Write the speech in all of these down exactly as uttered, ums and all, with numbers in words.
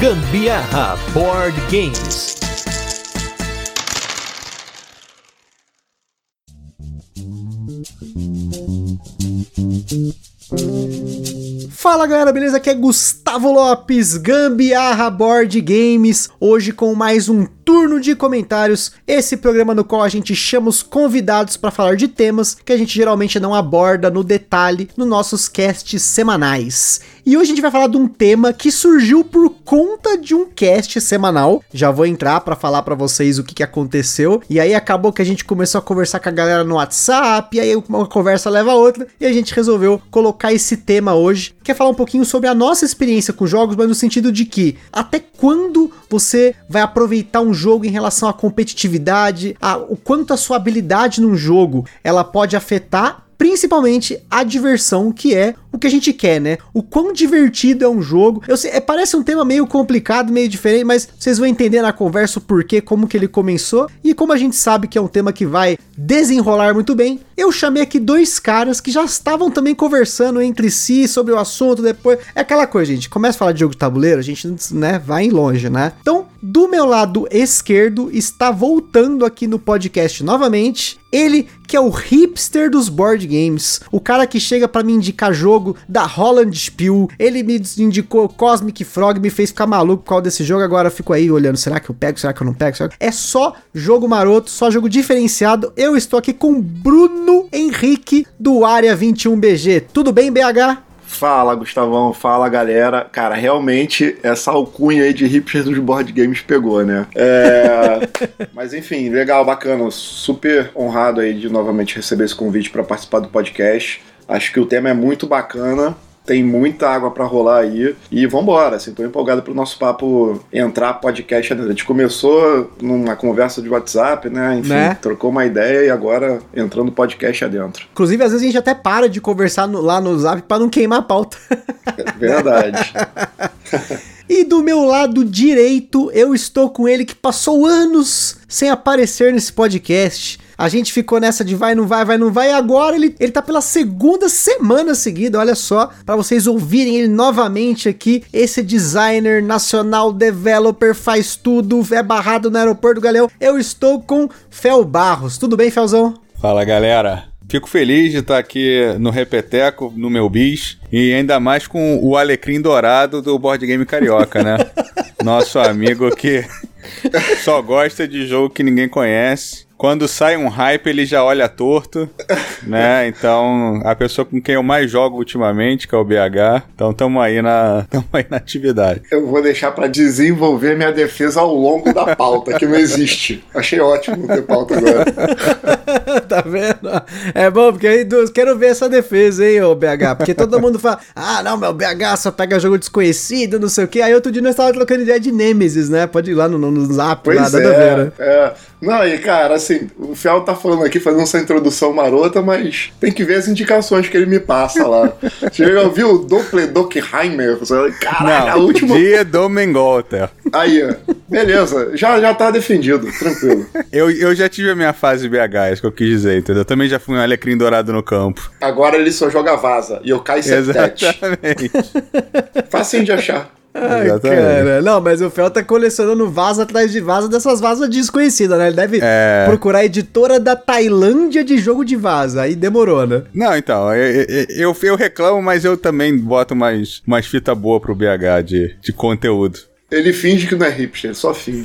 Gambiarra Board Games. Fala galera, beleza? Aqui é Gustavo Lopes, Gambiarra Board Games, hoje com mais um turno de comentários, esse programa no qual a gente chama os convidados para falar de temas que a gente geralmente não aborda no detalhe nos nossos casts semanais. E hoje a gente vai falar de um tema que surgiu por conta de um cast semanal. Já vou entrar para falar para vocês o que, que aconteceu. E aí acabou que a gente começou a conversar com a galera no WhatsApp, e aí uma conversa leva a outra, e a gente resolveu colocar esse tema hoje. Quer falar um pouquinho sobre a nossa experiência com jogos, mas no sentido de que até quando você vai aproveitar um jogo em relação à competitividade, a, o quanto a sua habilidade num jogo ela pode afetar principalmente a diversão, que é o que a gente quer, né? O quão divertido é um jogo. Eu sei, é, parece um tema meio complicado, meio diferente, mas vocês vão entender na conversa o porquê, como que ele começou e como a gente sabe que é um tema que vai desenrolar muito bem. Eu chamei aqui dois caras que já estavam também conversando entre si sobre o assunto depois. É aquela coisa, gente, começa a falar de jogo de tabuleiro, a gente, né, vai em longe, né? Então, do meu lado esquerdo está voltando aqui no podcast novamente, ele que é o hipster dos board games, o cara que chega pra me indicar jogo da Holland Spiel, ele me indicou Cosmic Frog, me fez ficar maluco por causa desse jogo, agora eu fico aí olhando, será que eu pego, será que eu não pego? Será que... É só jogo maroto, só jogo diferenciado. Eu estou aqui com Bruno Henrique do Área vinte e um B G, tudo bem, B H? Fala, Gustavão, fala, galera. Cara, realmente essa alcunha aí de hipster dos board games pegou, né? É... Mas enfim, legal, bacana, super honrado aí de novamente receber esse convite para participar do podcast. Acho que o tema é muito bacana, tem muita água pra rolar aí, e vambora, assim, tô empolgado pro nosso papo entrar podcast. A gente começou numa conversa de WhatsApp, né, enfim, né? Trocou uma ideia e agora entrando no podcast adentro. Inclusive, às vezes a gente até para de conversar no, lá no Zap pra não queimar a pauta. É verdade. E do meu lado direito, eu estou com ele que passou anos sem aparecer nesse podcast. A gente ficou nessa de vai, não vai, vai, não vai, e agora ele, ele tá pela segunda semana seguida, olha só, pra vocês ouvirem ele novamente aqui, esse designer nacional, developer, faz tudo, é barrado no aeroporto do Galeão. Eu estou com Fel Barros, tudo bem, Felzão? Fala, galera. Fico feliz de estar aqui no Repeteco, no meu bis, e ainda mais com o alecrim dourado do Board Game Carioca, né? Nosso amigo que só gosta de jogo que ninguém conhece. Quando sai um hype, ele já olha torto, né? Então, a pessoa com quem eu mais jogo ultimamente, que é o B H, então tamo aí na, tamo aí na atividade. Eu vou deixar pra desenvolver minha defesa ao longo da pauta, que não existe. Achei ótimo não ter pauta agora. Tá vendo? É bom, porque aí quero ver essa defesa, hein, ô B H? Porque todo mundo fala, ah, não, meu B H só pega jogo desconhecido, não sei o quê. Aí outro dia nós tava trocando ideia de Nemesis, né? Pode ir lá no, no Zap, pois lá, nada é, a ver, né? É. Não, e cara, assim, o Fel tá falando aqui, fazendo essa introdução marota, mas tem que ver as indicações que ele me passa lá. Você já ouviu o Doppelbockheimer? Caraca, a última... Die Domengolter. Aí, beleza, já, já tá defendido, tranquilo. Eu, eu já tive a minha fase B H, é isso que eu quis dizer, entendeu? Eu também já fui um alecrim dourado no campo. Agora ele só joga vaza, e eu caio septete. Exatamente. Facinho de achar. Ai, cara, não, mas o Fel tá colecionando vaza atrás de vaza dessas vazas desconhecidas, né? Ele deve é... procurar a editora da Tailândia de jogo de vaza, aí demorou, né? Não, então, eu, eu, eu reclamo, mas eu também boto mais, mais fita boa pro B H de, de conteúdo. Ele finge que não é hipster, só finge.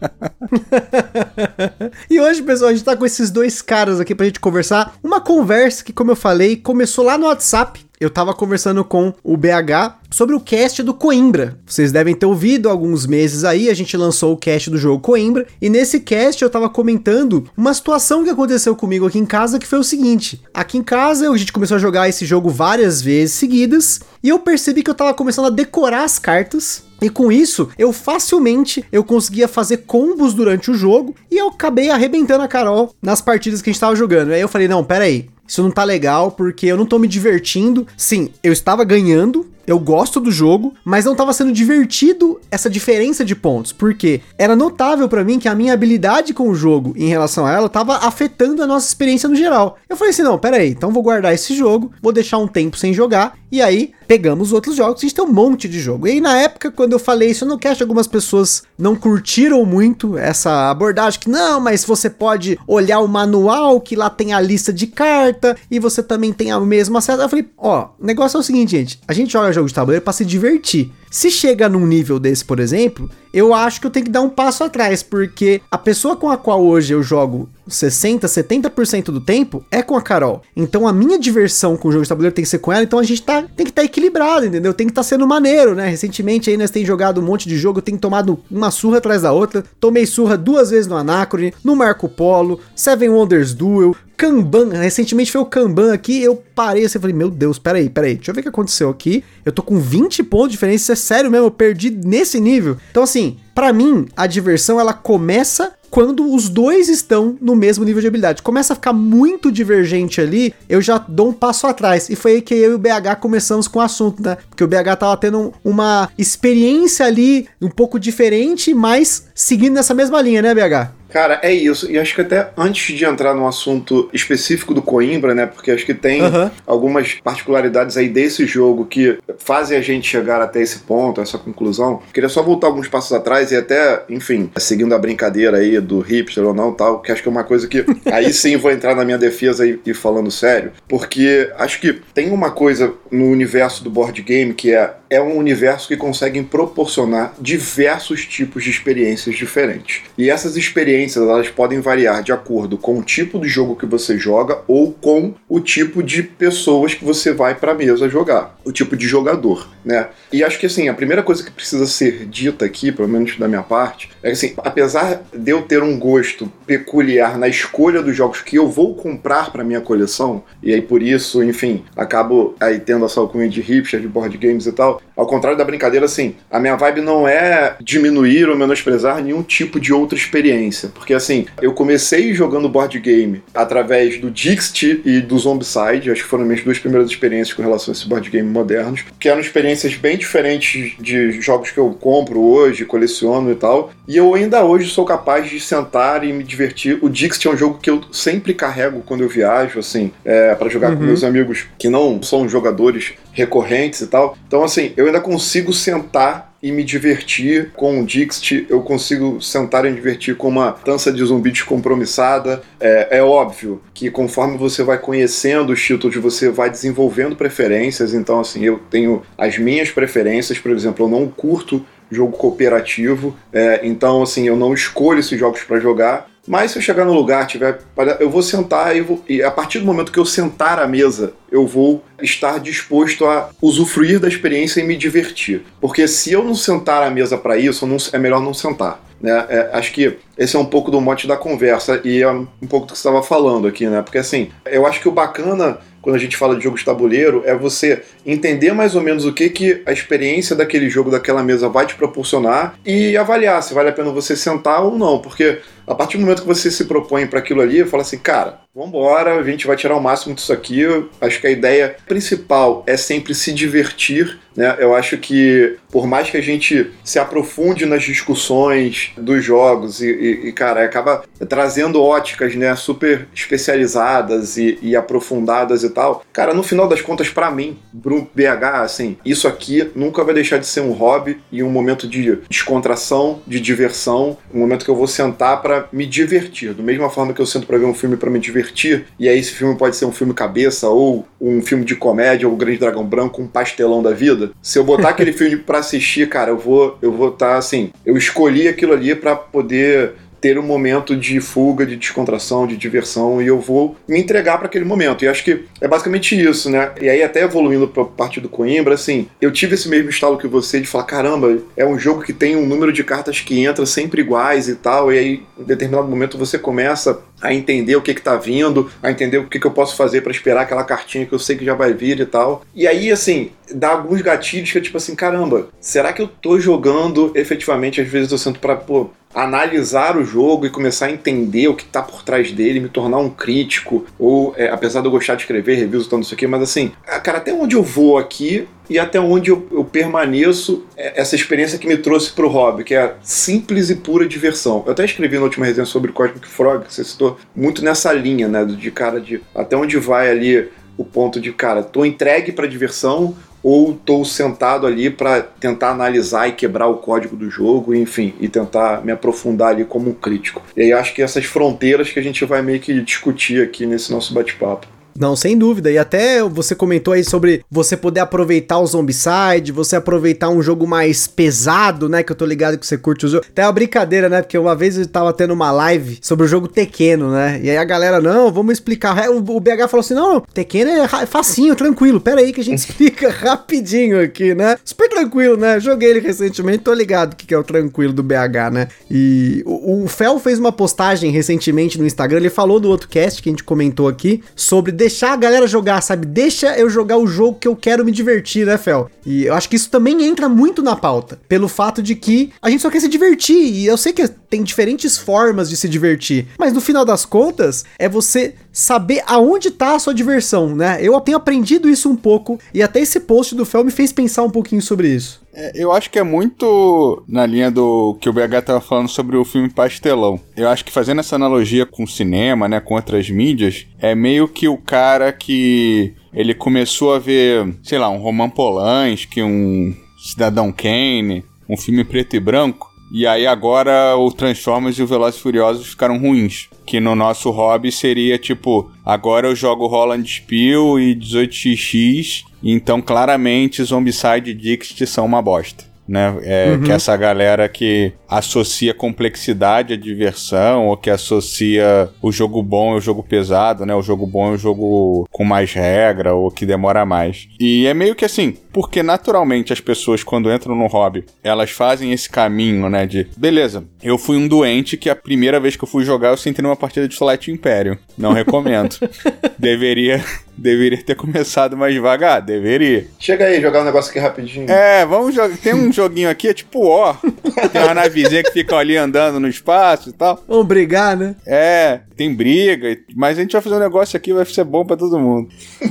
E hoje, pessoal, a gente tá com esses dois caras aqui pra gente conversar. Uma conversa que, como eu falei, começou lá no WhatsApp. Eu tava conversando com o B H sobre o cast do Coimbra. Vocês devem ter ouvido há alguns meses aí, a gente lançou o cast do jogo Coimbra, e nesse cast eu tava comentando uma situação que aconteceu comigo aqui em casa, que foi o seguinte: aqui em casa a gente começou a jogar esse jogo várias vezes seguidas, e eu percebi que eu tava começando a decorar as cartas, e com isso, eu facilmente eu conseguia fazer combos durante o jogo, e eu acabei arrebentando a Carol nas partidas que a gente tava jogando. Aí eu falei, não, pera aí, isso não tá legal, porque eu não tô me divertindo. Sim, eu estava ganhando, eu gosto do jogo, mas não tava sendo divertido essa diferença de pontos, porque era notável pra mim que a minha habilidade com o jogo em relação a ela tava afetando a nossa experiência no geral. Eu falei assim, não, pera aí, então vou guardar esse jogo, vou deixar um tempo sem jogar, e aí pegamos outros jogos, a gente tem um monte de jogo. E aí na época, quando eu falei isso no cast, algumas pessoas não curtiram muito essa abordagem, que não, mas você pode olhar o manual, que lá tem a lista de carta, e você também tem o mesmo acesso. Eu falei, ó, o negócio é o seguinte, gente, a gente joga jogo de tabuleiro pra se divertir. Se chega num nível desse, por exemplo, eu acho que eu tenho que dar um passo atrás, porque a pessoa com a qual hoje eu jogo sessenta, setenta por cento do tempo é com a Carol. Então a minha diversão com o jogo de tabuleiro tem que ser com ela, então a gente tá, tem que estar tá equilibrado, entendeu? Tem que estar tá sendo maneiro, né? Recentemente aí nós temos jogado um monte de jogo, eu tenho tomado uma surra atrás da outra, tomei surra duas vezes no Anacrone, no Marco Polo, Seven Wonders Duel, Kanban, recentemente foi o Kanban aqui, eu parei assim, falei, meu Deus, peraí, peraí, deixa eu ver o que aconteceu aqui, eu tô com vinte pontos de diferença, isso é sério mesmo, eu perdi nesse nível. Então assim, pra mim, a diversão ela começa quando os dois estão no mesmo nível de habilidade. Começa a ficar muito divergente ali, eu já dou um passo atrás. E foi aí que eu e o B H começamos com o assunto, né? Porque o B H tava tendo uma experiência ali um pouco diferente, mas seguindo nessa mesma linha, né, B H? Cara, é isso. E acho que até antes de entrar no assunto específico do Coimbra, né? Porque acho que tem uhum. algumas particularidades aí desse jogo que fazem a gente chegar até esse ponto, essa conclusão. Queria só voltar alguns passos atrás e até, enfim, seguindo a brincadeira aí do hipster ou não tal, que acho que é uma coisa que aí sim vou entrar na minha defesa e, e falando sério, porque acho que tem uma coisa no universo do board game que é é um universo que consegue proporcionar diversos tipos de experiências diferentes. E essas experiências, elas podem variar de acordo com o tipo de jogo que você joga ou com o tipo de pessoas que você vai pra mesa jogar, o tipo de jogador, né? E acho que, assim, a primeira coisa que precisa ser dita aqui, pelo menos da minha parte, é que, assim, apesar de eu ter um gosto peculiar na escolha dos jogos que eu vou comprar pra minha coleção, e aí por isso, enfim, acabo aí tendo essa alcunha de hipster, de board games e tal, ao contrário da brincadeira, assim, a minha vibe não é diminuir ou menosprezar nenhum tipo de outra experiência. Porque, assim, eu comecei jogando board game através do Dixit e do Zombicide, acho que foram minhas duas primeiras experiências com relação a esses board game modernos, que eram experiências bem diferentes de jogos que eu compro hoje, coleciono e tal. E eu ainda hoje sou capaz de sentar e me divertir. O Dixit é um jogo que eu sempre carrego quando eu viajo, assim, é, para jogar uhum. com meus amigos que não são jogadores recorrentes e tal. Então, assim, eu ainda consigo sentar e me divertir com o Dixit, eu consigo sentar e me divertir com uma dança de zumbi descompromissada. É, é óbvio que conforme você vai conhecendo os títulos, você vai desenvolvendo preferências. Então, assim, eu tenho as minhas preferências. Por exemplo, eu não curto jogo cooperativo, é, então, assim, eu não escolho esses jogos para jogar. Mas se eu chegar no lugar, tiver, eu vou sentar e, vou, e a partir do momento que eu sentar à mesa, eu vou estar disposto a usufruir da experiência e me divertir. Porque se eu não sentar à mesa para isso, não, é melhor não sentar. Né? É, acho que esse é um pouco do mote da conversa e é um pouco do que você estava falando aqui, né? Porque assim, eu acho que o bacana quando a gente fala de jogo de tabuleiro é você entender mais ou menos o que, que a experiência daquele jogo, daquela mesa vai te proporcionar e avaliar se vale a pena você sentar ou não, porque a partir do momento que você se propõe para aquilo ali, fala assim, cara, vambora, a gente vai tirar o máximo disso aqui. Eu acho que a ideia principal é sempre se divertir, né? Eu acho que por mais que a gente se aprofunde nas discussões dos jogos e, e, e cara, acaba trazendo óticas, né, super especializadas e, e aprofundadas e tal, cara, no final das contas, pra mim, pro B H, assim, isso aqui nunca vai deixar de ser um hobby e um momento de descontração, de diversão, um momento que eu vou sentar pra me divertir, da mesma forma que eu sento pra ver um filme pra me divertir, e aí esse filme pode ser um filme cabeça ou um filme de comédia ou o Grande Dragão Branco, um pastelão da vida. Se eu botar aquele filme pra assistir, cara, eu vou eu vou estar, tá, assim, eu escolhi aquilo ali pra poder ter um momento de fuga, de descontração, de diversão, e eu vou me entregar para aquele momento. E acho que é basicamente isso, né? E aí até evoluindo para a parte do Coimbra, assim, eu tive esse mesmo estalo que você de falar, caramba, é um jogo que tem um número de cartas que entra sempre iguais e tal, e aí em determinado momento você começa a entender o que que tá vindo, a entender o que que eu posso fazer para esperar aquela cartinha que eu sei que já vai vir e tal. E aí, assim, dá alguns gatilhos que é tipo assim, caramba, será que eu tô jogando efetivamente? Às vezes eu sento pra, pô, analisar o jogo e começar a entender o que tá por trás dele, me tornar um crítico, ou, é, apesar de eu gostar de escrever reviews e tudo isso aqui, mas assim, cara, até onde eu vou aqui e até onde eu, eu permaneço, essa experiência que me trouxe pro hobby, que é simples e pura diversão. Eu até escrevi na última resenha sobre Cosmic Frog, que você citou, muito nessa linha, né, de cara, de até onde vai ali o ponto de, cara, tô entregue pra diversão ou tô sentado ali pra tentar analisar e quebrar o código do jogo, enfim, e tentar me aprofundar ali como um crítico. E aí acho que essas fronteiras que a gente vai meio que discutir aqui nesse nosso bate-papo. Não, sem dúvida. E até você comentou aí sobre você poder aproveitar o Zombicide, você aproveitar um jogo mais pesado, né? Que eu tô ligado que você curte o jogo. Até uma brincadeira, né? Porque uma vez eu tava tendo uma live sobre o jogo Tekkeno, né? E aí a galera, não, vamos explicar. O B H falou assim, não, Tekkeno é facinho, tranquilo. Pera aí que a gente explica rapidinho aqui, né? Super tranquilo, né? Joguei ele recentemente, tô ligado o que é o tranquilo do B H, né? E o, o Fel fez uma postagem recentemente no Instagram, ele falou no outro cast que a gente comentou aqui, sobre deixar a galera jogar, sabe? Deixa eu jogar o jogo que eu quero me divertir, né, Fel? E eu acho que isso também entra muito na pauta, pelo fato de que a gente só quer se divertir, e eu sei que tem diferentes formas de se divertir, mas no final das contas, é você saber aonde tá a sua diversão, né? Eu tenho aprendido isso um pouco, e até esse post do Fel me fez pensar um pouquinho sobre isso. É, eu acho que é muito na linha do que o B H tava falando sobre o filme pastelão. Eu acho que fazendo essa analogia com o cinema, né, com outras mídias, é meio que o cara que ele começou a ver, sei lá, um Roman Polanski, um Cidadão Kane, um filme preto e branco, e aí agora o Transformers e o Velozes e Furiosos ficaram ruins. Que no nosso hobby seria tipo, agora eu jogo Roland Spiel e dezoito xis xis, então claramente Zombicide e Dixit são uma bosta. Né? É, uhum. Que essa galera que associa complexidade à diversão, ou que associa o jogo bom ao jogo pesado, né? O jogo bom é o jogo com mais regra, ou que demora mais. E é meio que assim, porque naturalmente as pessoas quando entram no hobby, elas fazem esse caminho, né? De, beleza, eu fui um doente que a primeira vez que eu fui jogar eu sentei numa partida de Twilight Imperium. Não recomendo. Deveria... Deveria ter começado mais devagar, deveria. Chega aí, jogar um negócio aqui rapidinho. É, vamos jogar. Tem um joguinho aqui, é tipo ó. Tem uma navezinha que fica ali andando no espaço e tal. Vamos brigar, né? É, tem briga, mas a gente vai fazer um negócio aqui, vai ser bom pra todo mundo.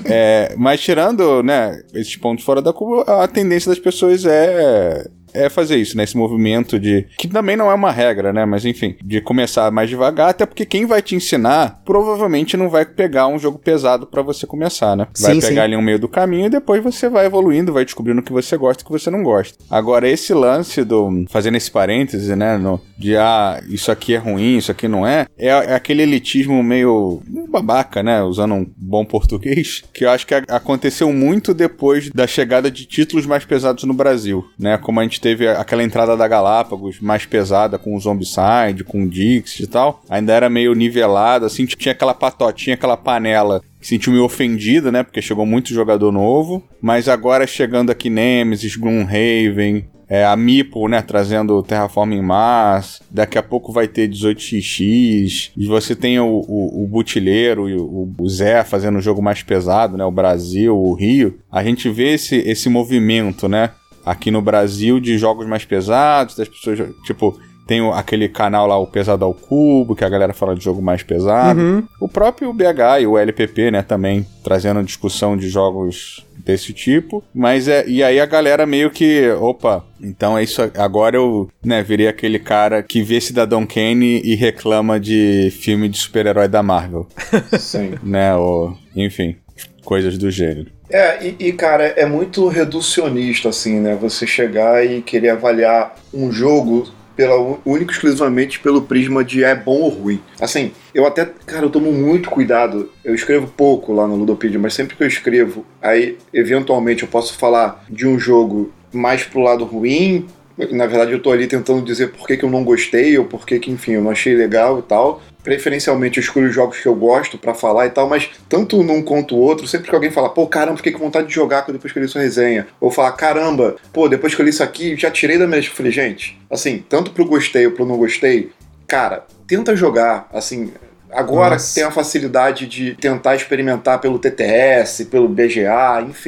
É, mas tirando, né, esses pontos fora da curva, a tendência das pessoas é... é fazer isso, né? Esse movimento de... que também não é uma regra, né? Mas enfim, de começar mais devagar, até porque quem vai te ensinar provavelmente não vai pegar um jogo pesado pra você começar, né? Vai sim, pegar sim. ali um meio do caminho e depois você vai evoluindo, vai descobrindo o que você gosta e o que você não gosta. Agora, esse lance do... fazendo esse parêntese, né? No, de, ah, isso aqui é ruim, isso aqui não é, é, é aquele elitismo meio babaca, né? Usando um bom português, que eu acho que a, aconteceu muito depois da chegada de títulos mais pesados no Brasil, né? Como a gente teve aquela entrada da Galápagos mais pesada com o Zombicide, com o Dixit e tal, ainda era meio nivelado, assim, tinha aquela patotinha, aquela panela que se sentiu meio ofendida, né, porque chegou muito jogador novo, mas agora chegando aqui Nemesis, Gloomhaven, é, a Meeple, né, trazendo Terraforming Mars, daqui a pouco vai ter dezoito xis xis, e você tem o, o, o Butileiro e o, o Zé fazendo um jogo mais pesado, né, o Brasil, o Rio, a gente vê esse, esse movimento, né, aqui no Brasil, de jogos mais pesados, das pessoas, tipo, tem o, aquele canal lá, o Pesado ao Cubo, que a galera fala de jogo mais pesado. Uhum. O próprio B H e o L P P, né, também trazendo discussão de jogos desse tipo. Mas é, e aí a galera meio que, opa, então é isso, agora eu, né, virei aquele cara que vê Cidadão Kane e reclama de filme de super-herói da Marvel. Sim. Né, ou, enfim, coisas do gênero. É, e, e cara, é muito reducionista, assim, né? Você chegar e querer avaliar um jogo pela, único e exclusivamente pelo prisma de é bom ou ruim. Assim, eu até, cara, eu tomo muito cuidado. Eu escrevo pouco lá no Ludopedia, mas sempre que eu escrevo, aí, eventualmente, eu posso falar de um jogo mais pro lado ruim. Na verdade, eu tô ali tentando dizer por que que eu não gostei, ou por que que, enfim, eu não achei legal e tal. Preferencialmente eu escolho os jogos que eu gosto pra falar e tal, mas tanto num quanto o outro, sempre que alguém fala, pô, caramba, fiquei com vontade de jogar depois que eu li sua resenha, ou falar, caramba, pô, depois que eu li isso aqui, já tirei da minha lista. Eu falei, gente, assim, tanto pro gostei ou pro não gostei, cara, tenta jogar, assim, agora Nossa. Tem a facilidade de tentar experimentar pelo T T S, pelo B G A, enfim.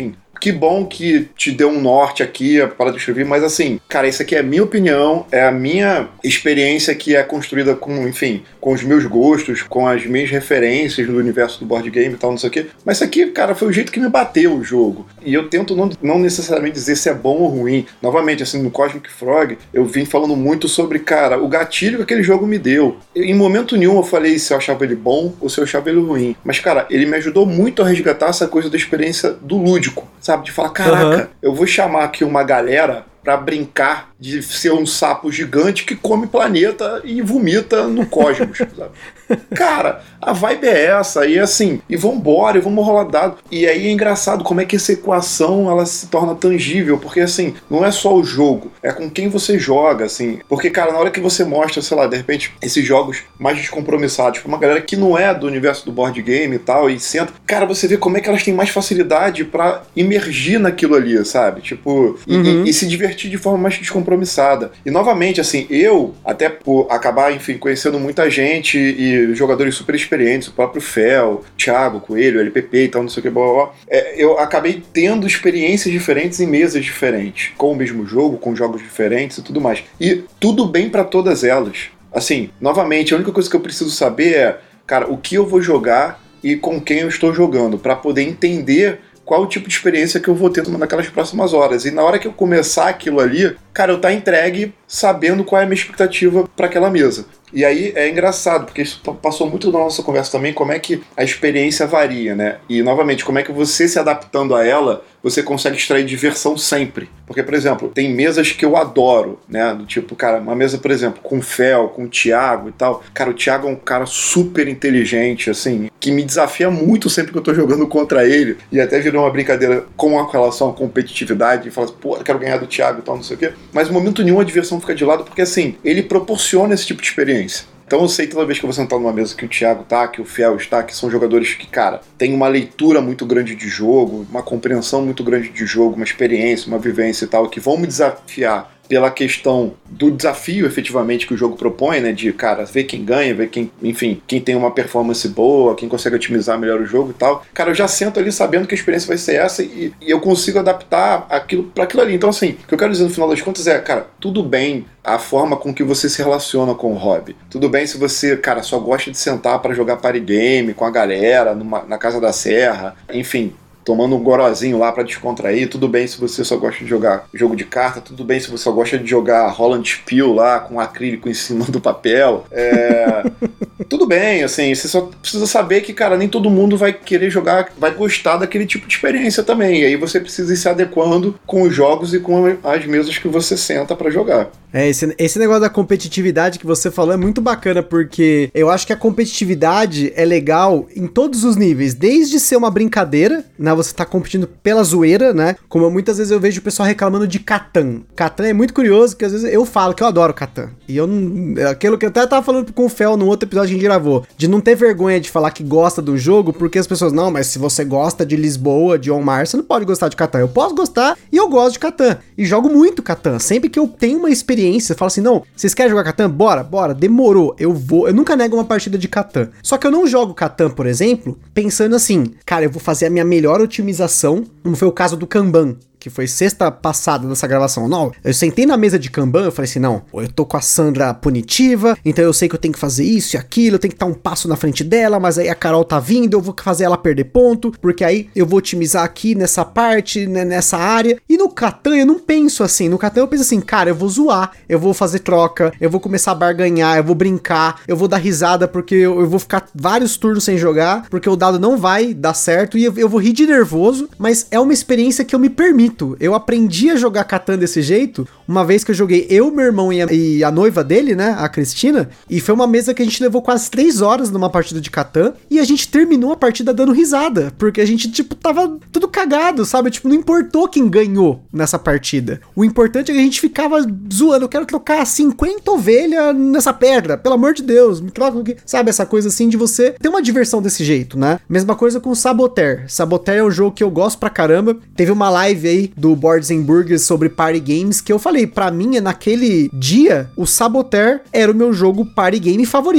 que bom que te deu um norte aqui para descrever, mas assim, cara, isso aqui é a minha opinião, é a minha experiência que é construída com, enfim, com os meus gostos, com as minhas referências do universo do board game e tal, não sei o quê. Mas isso aqui, cara, foi o jeito que me bateu o jogo. E eu tento não, não necessariamente dizer se é bom ou ruim. Novamente, assim, no Cosmic Frog, eu vim falando muito sobre, cara, o gatilho que aquele jogo me deu. Em momento nenhum eu falei se eu achava ele bom ou se eu achava ele ruim. Mas, cara, ele me ajudou muito a resgatar essa coisa da experiência do lúdico, sabe? De falar, caraca, uhum. eu vou chamar aqui uma galera pra brincar de ser um sapo gigante que come planeta e vomita no cosmos, sabe? Cara, a vibe é essa, e assim, e vambora, e vamos rolar dado. E aí é engraçado como é que essa equação, ela se torna tangível, porque assim, não é só o jogo, é com quem você joga, assim. Porque, cara, na hora que você mostra, sei lá, de repente, esses jogos mais descompromissados pra uma galera que não é do universo do board game e tal, e senta, cara, você vê como é que elas têm mais facilidade pra imergir naquilo ali, sabe? Tipo, uhum. e, e, e se divertir de forma mais descompromissada. E novamente, assim, eu, até por acabar, enfim, conhecendo muita gente e jogadores super experientes, o próprio Fel, Thiago, Coelho, L P P e tal, não sei o que, blá, blá, blá, é, eu acabei tendo experiências diferentes em mesas diferentes, com o mesmo jogo, com jogos diferentes e tudo mais. E tudo bem pra todas elas. Assim, novamente, a única coisa que eu preciso saber é, cara, o que eu vou jogar e com quem eu estou jogando, pra poder entender qual o tipo de experiência que eu vou ter naquelas próximas horas. E na hora que eu começar aquilo ali, cara, eu tá entregue sabendo qual é a minha expectativa para aquela mesa. E aí é engraçado, porque isso passou muito na nossa conversa também, como é que a experiência varia, né? E, novamente, como é que você se adaptando a ela, você consegue extrair diversão sempre. Porque, por exemplo, tem mesas que eu adoro, né? Do tipo, cara, uma mesa, por exemplo, com o Fel, com o Thiago e tal. Cara, o Thiago é um cara super inteligente, assim, que me desafia muito sempre que eu tô jogando contra ele. E até virou uma brincadeira com a relação à competitividade, e fala assim, pô, eu quero ganhar do Thiago e tal, não sei o quê. Mas, em momento nenhum, a diversão fica de lado, porque, assim, ele proporciona esse tipo de experiência. Então eu sei toda vez que eu vou sentar numa mesa que o Thiago tá, que o Fel está, que são jogadores que, cara, tem uma leitura muito grande de jogo, uma compreensão muito grande de jogo, uma experiência, uma vivência e tal, que vão me desafiar pela questão do desafio, efetivamente, que o jogo propõe, né, de, cara, ver quem ganha, ver quem, enfim, quem tem uma performance boa, quem consegue otimizar melhor o jogo e tal. Cara, eu já sento ali sabendo que a experiência vai ser essa e, e eu consigo adaptar aquilo para aquilo ali. Então, assim, o que eu quero dizer no final das contas é, cara, tudo bem a forma com que você se relaciona com o hobby. Tudo bem se você, cara, só gosta de sentar para jogar party game com a galera, numa, na Casa da Serra, enfim, tomando um gorozinho lá pra descontrair. Tudo bem se você só gosta de jogar jogo de carta, tudo bem se você só gosta de jogar Holland Spiel lá com acrílico em cima do papel. É... tudo bem, assim, você só precisa saber que, cara, nem todo mundo vai querer jogar, vai gostar daquele tipo de experiência também. E aí você precisa ir se adequando com os jogos e com as mesas que você senta pra jogar. É, esse, esse negócio da competitividade que você falou é muito bacana, porque eu acho que a competitividade é legal em todos os níveis, desde ser uma brincadeira, né, você tá competindo pela zoeira, né, como muitas vezes eu vejo o pessoal reclamando de Catan. Catan é muito curioso, porque às vezes eu falo que eu adoro Catan, e eu não, aquilo que eu até tava falando com o Fel no outro episódio que a gente gravou, de não ter vergonha de falar que gosta do jogo, porque as pessoas, não, mas se você gosta de Lisboa, de On Mar, você não pode gostar de Catan. Eu posso gostar e eu gosto de Catan, e jogo muito Catan, sempre que eu tenho uma experiência, eu falo assim, não, vocês querem jogar Catan? Bora, bora, demorou, eu vou, eu nunca nego uma partida de Catan, só que eu não jogo Catan, por exemplo, pensando assim, cara, eu vou fazer a minha melhor otimização, como foi o caso do Kanban, que foi sexta passada dessa gravação. Não, eu sentei na mesa de Kanban, eu falei assim, não, eu tô com a Sandra punitiva, então eu sei que eu tenho que fazer isso e aquilo, eu tenho que estar um passo na frente dela, mas aí a Carol tá vindo, eu vou fazer ela perder ponto, porque aí eu vou otimizar aqui nessa parte, né, nessa área. E no Catan eu não penso assim, no Catan eu penso assim, cara, eu vou zoar, eu vou fazer troca, eu vou começar a barganhar, eu vou brincar, eu vou dar risada porque eu, eu vou ficar vários turnos sem jogar, porque o dado não vai dar certo e eu, eu vou rir de nervoso, mas é uma experiência que eu me permito. Eu aprendi a jogar Catan desse jeito, uma vez que eu joguei eu, meu irmão e a, e a noiva dele, né, a Cristina, e foi uma mesa que a gente levou quase três horas numa partida de Catan, e a gente terminou a partida dando risada, porque a gente, tipo, tava tudo cagado, sabe? Tipo, não importou quem ganhou nessa partida. O importante é que a gente ficava zoando, eu quero trocar cinquenta ovelhas nessa pedra, pelo amor de Deus, me troca aqui, sabe? Essa coisa assim de você ter uma diversão desse jeito, né? Mesma coisa com Saboteur. Saboteur é um jogo que eu gosto pra caramba, teve uma live aí do Boards and Burgers sobre party games, que eu falei, pra mim, naquele dia, o Saboteur era o meu jogo party game favorito.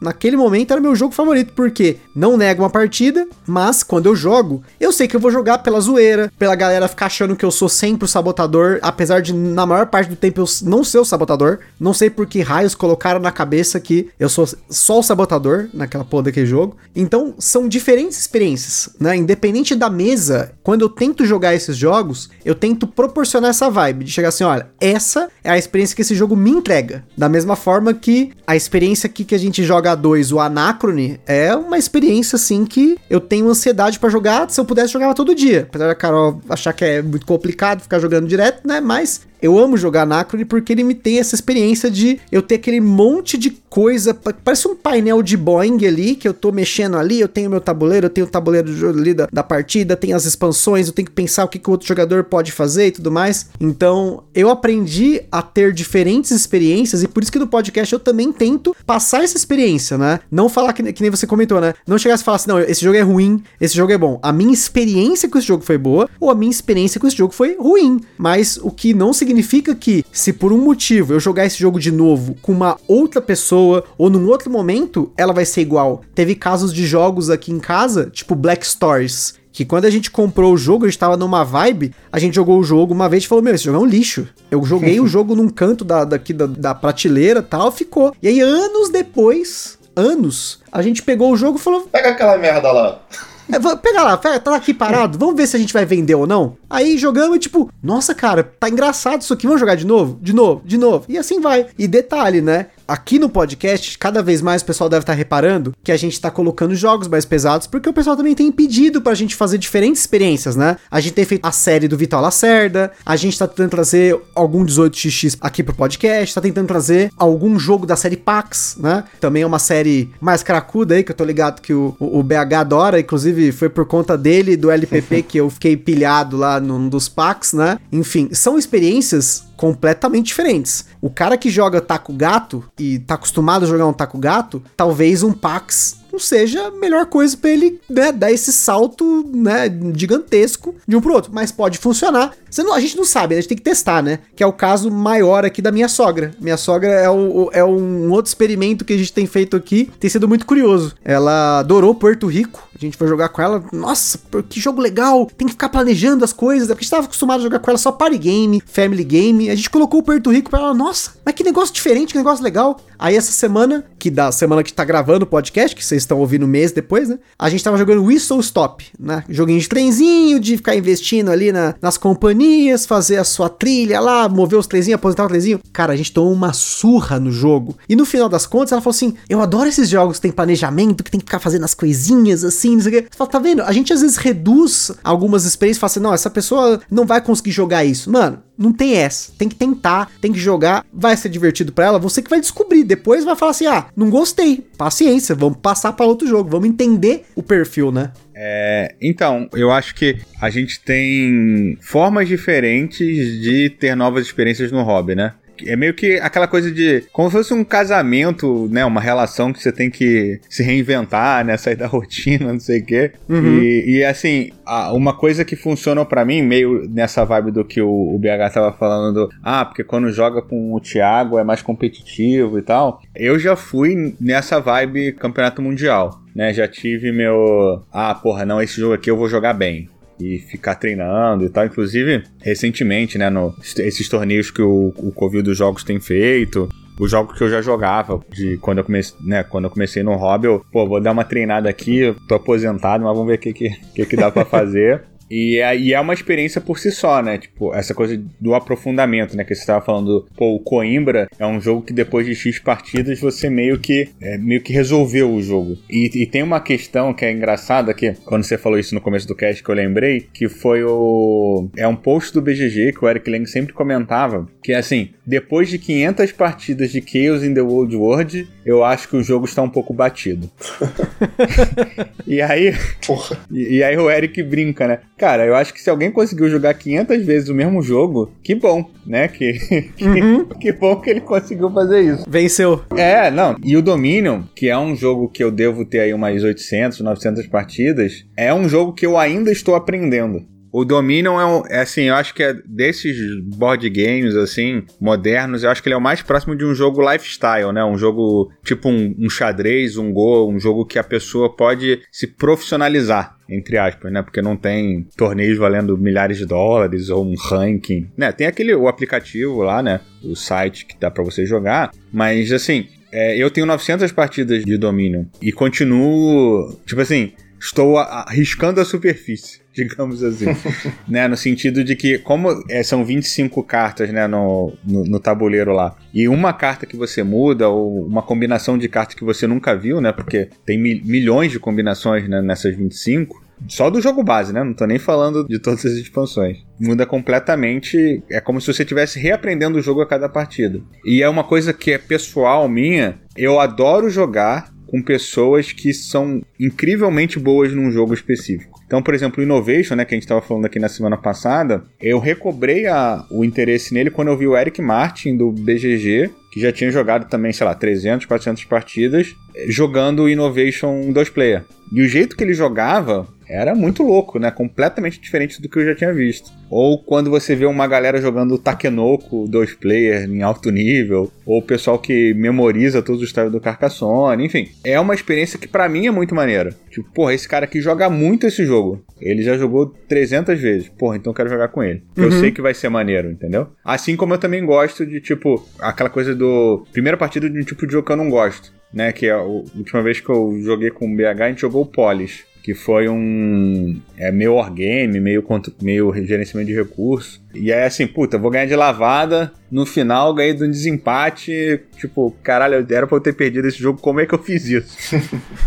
Naquele momento era meu jogo favorito, porque não nego uma partida, mas quando eu jogo, eu sei que eu vou jogar pela zoeira, pela galera ficar achando que eu sou sempre o sabotador, apesar de na maior parte do tempo eu não ser o sabotador. Não sei por que raios colocaram na cabeça que eu sou só o sabotador naquela porra daquele jogo. Então, são diferentes experiências, né? Independente da mesa, quando eu tento jogar esses jogos, eu tento proporcionar essa vibe de chegar assim, olha, essa é a experiência que esse jogo me entrega. Da mesma forma que a experiência aqui que a gente joga a dois, o Anacrone, é uma experiência, assim, que eu tenho ansiedade pra jogar. Se eu pudesse, jogava todo dia. Apesar da Carol achar que é muito complicado ficar jogando direto, né? Mas eu amo jogar Anacrone porque ele me tem essa experiência de eu ter aquele monte de coisa, parece um painel de Boeing ali, que eu tô mexendo ali, eu tenho meu tabuleiro, eu tenho o tabuleiro ali da, da partida, tem as expansões, eu tenho que pensar o que, que o outro jogador pode fazer e tudo mais. Então, eu aprendi a ter diferentes experiências e por isso que no podcast eu também tento passar essa experiência, né? Não falar que, que nem você comentou, né? Não chegar e falar assim, não, esse jogo é ruim, esse jogo é bom. A minha experiência com esse jogo foi boa ou a minha experiência com esse jogo foi ruim. Mas o que não significa que, se por um motivo eu jogar esse jogo de novo com uma outra pessoa ou num outro momento, ela vai ser igual. Teve casos de jogos aqui em casa, tipo Black Stories, que quando a gente comprou o jogo, a gente tava numa vibe, a gente jogou o jogo uma vez e falou, meu, esse jogo é um lixo. Eu joguei o jogo num canto da, daqui da, da prateleira e tal, ficou. E aí, anos depois, anos, a gente pegou o jogo e falou... Pega aquela merda lá. É, pega lá, pega, tá aqui parado, vamos ver se a gente vai vender ou não. Aí jogamos e tipo, nossa cara, tá engraçado isso aqui, vamos jogar de novo? De novo, de novo. E assim vai. E detalhe, né? Aqui no podcast, cada vez mais o pessoal deve estar reparando que a gente tá colocando jogos mais pesados, porque o pessoal também tem pedido pra gente fazer diferentes experiências, né? A gente tem feito a série do Vital Lacerda, a gente tá tentando trazer algum dezoito x x aqui pro podcast, tá tentando trazer algum jogo da série Pax, né? Também é uma série mais cracuda aí, que eu tô ligado que o, o, o B H adora, inclusive foi por conta dele, do L P P, que eu fiquei pilhado lá num dos Pax, né? Enfim, são experiências completamente diferentes. O cara que joga Taco Gato e tá acostumado a jogar um Taco Gato, talvez um Pax não seja a melhor coisa pra ele, né, dar esse salto, né, gigantesco de um pro outro, mas pode funcionar. Você não, a gente não sabe, a gente tem que testar, né, que é o caso maior aqui da minha sogra. Minha sogra é, o, é um outro experimento que a gente tem feito aqui, tem sido muito curioso. Ela adorou Porto Rico, a gente foi jogar com ela, nossa, que jogo legal, tem que ficar planejando as coisas, porque a gente tava acostumado a jogar com ela só party game, family game, a gente colocou o Porto Rico pra ela, nossa, mas que negócio diferente, que negócio legal. Aí essa semana, que da semana que tá gravando o podcast, que vocês estão ouvindo um mês depois, né, a gente tava jogando Whistle Stop, né, joguinho de trenzinho, de ficar investindo ali na, nas companhias, fazer a sua trilha lá, mover os trenzinhos, aposentar o trenzinho. Cara, a gente tomou uma surra no jogo, e no final das contas ela falou assim, eu adoro esses jogos que tem planejamento, que tem que ficar fazendo as coisinhas assim, não sei o que. Você fala, tá vendo? A gente às vezes reduz algumas experiências e fala assim, não, essa pessoa não vai conseguir jogar isso. Mano, não tem essa. Tem que tentar, tem que jogar, vai ser divertido pra ela, você que vai descobrir. Depois vai falar assim, ah, não gostei. Paciência, vamos passar pra outro jogo, vamos entender o perfil, né? É, então, eu acho que a gente tem formas diferentes de ter novas experiências no hobby, né? É meio que aquela coisa de... como se fosse um casamento, né? Uma relação que você tem que se reinventar, né? Sair da rotina, não sei o quê. Uhum. E, e, assim, uma coisa que funciona pra mim, meio nessa vibe do que o, o B H tava falando, do, ah, porque quando joga com o Thiago é mais competitivo e tal. Eu já fui nessa vibe campeonato mundial, né? Já tive meu... ah, porra, não, esse jogo aqui eu vou jogar bem. E ficar treinando e tal. Inclusive, recentemente, né, no, esses torneios que o, o Covil dos Jogos tem feito, os jogos que eu já jogava, de quando eu comecei, né, quando eu comecei no hobby, eu, pô, vou dar uma treinada aqui, eu tô aposentado, mas vamos ver o que, que, que, que dá pra fazer. E é, e é uma experiência por si só, né? Tipo, essa coisa do aprofundamento, né? Que você estava falando, pô, o Coimbra é um jogo que depois de X partidas você meio que, é, meio que resolveu o jogo. E, e tem uma questão que é engraçada, que quando você falou isso no começo do cast que eu lembrei, que foi o... é um post do B G G que o Eric Lang sempre comentava, que é assim, depois de quinhentas partidas de Chaos in the Old World, eu acho que o jogo está um pouco batido. E aí... Porra. E, e aí o Eric brinca, né? Cara, eu acho que se alguém conseguiu jogar quinhentas vezes o mesmo jogo, que bom, né? Que, que, uhum. que bom que ele conseguiu fazer isso. Venceu. É, não. E o Dominion, que é um jogo que eu devo ter aí umas oitocentas, novecentas partidas, é um jogo que eu ainda estou aprendendo. O Dominion é, um, é assim, eu acho que é desses board games, assim, modernos, eu acho que ele é o mais próximo de um jogo lifestyle, né? Um jogo tipo um, um xadrez, um Go, um jogo que a pessoa pode se profissionalizar, entre aspas, né? Porque não tem torneios valendo milhares de dólares ou um ranking, né? Tem aquele, o aplicativo lá, né? O site que dá pra você jogar, mas assim, é, eu tenho novecentas partidas de Dominion e continuo, tipo assim, estou arriscando a superfície, digamos assim, né, no sentido de que, como é, são vinte e cinco cartas, né, no, no, no tabuleiro lá, e uma carta que você muda, ou uma combinação de cartas que você nunca viu, né, porque tem mil, milhões de combinações, né, nessas vinte e cinco, só do jogo base, né, não tô nem falando de todas as expansões, muda completamente, é como se você estivesse reaprendendo o jogo a cada partida, e é uma coisa que é pessoal minha, eu adoro jogar com pessoas que são incrivelmente boas num jogo específico. Então, por exemplo, o Innovation, né, que a gente estava falando aqui na semana passada, eu recobrei a, o interesse nele quando eu vi o Eric Martin do B G G, que já tinha jogado também, sei lá, trezentas, quatrocentas partidas, jogando o Innovation dois player. E o jeito que ele jogava era muito louco, né? Completamente diferente do que eu já tinha visto. Ou quando você vê uma galera jogando Takenoko dois player em alto nível, ou o pessoal que memoriza todos os styles do Carcassonne, enfim. É uma experiência que pra mim é muito maneira. Tipo, porra, esse cara aqui joga muito esse jogo. Ele já jogou trezentas vezes. Porra, então eu quero jogar com ele. Uhum. Eu sei que vai ser maneiro, entendeu? Assim como eu também gosto de, tipo, aquela coisa do... Primeira partida de um tipo de jogo que eu não gosto, né? Que é a última vez que eu joguei com o B H, a gente jogou o Polis, que foi um é, meio wargame, meio, meio gerenciamento de recursos. E aí assim, puta, vou ganhar de lavada, no final ganhei de um desempate, tipo, caralho, era pra eu ter perdido esse jogo, como é que eu fiz isso?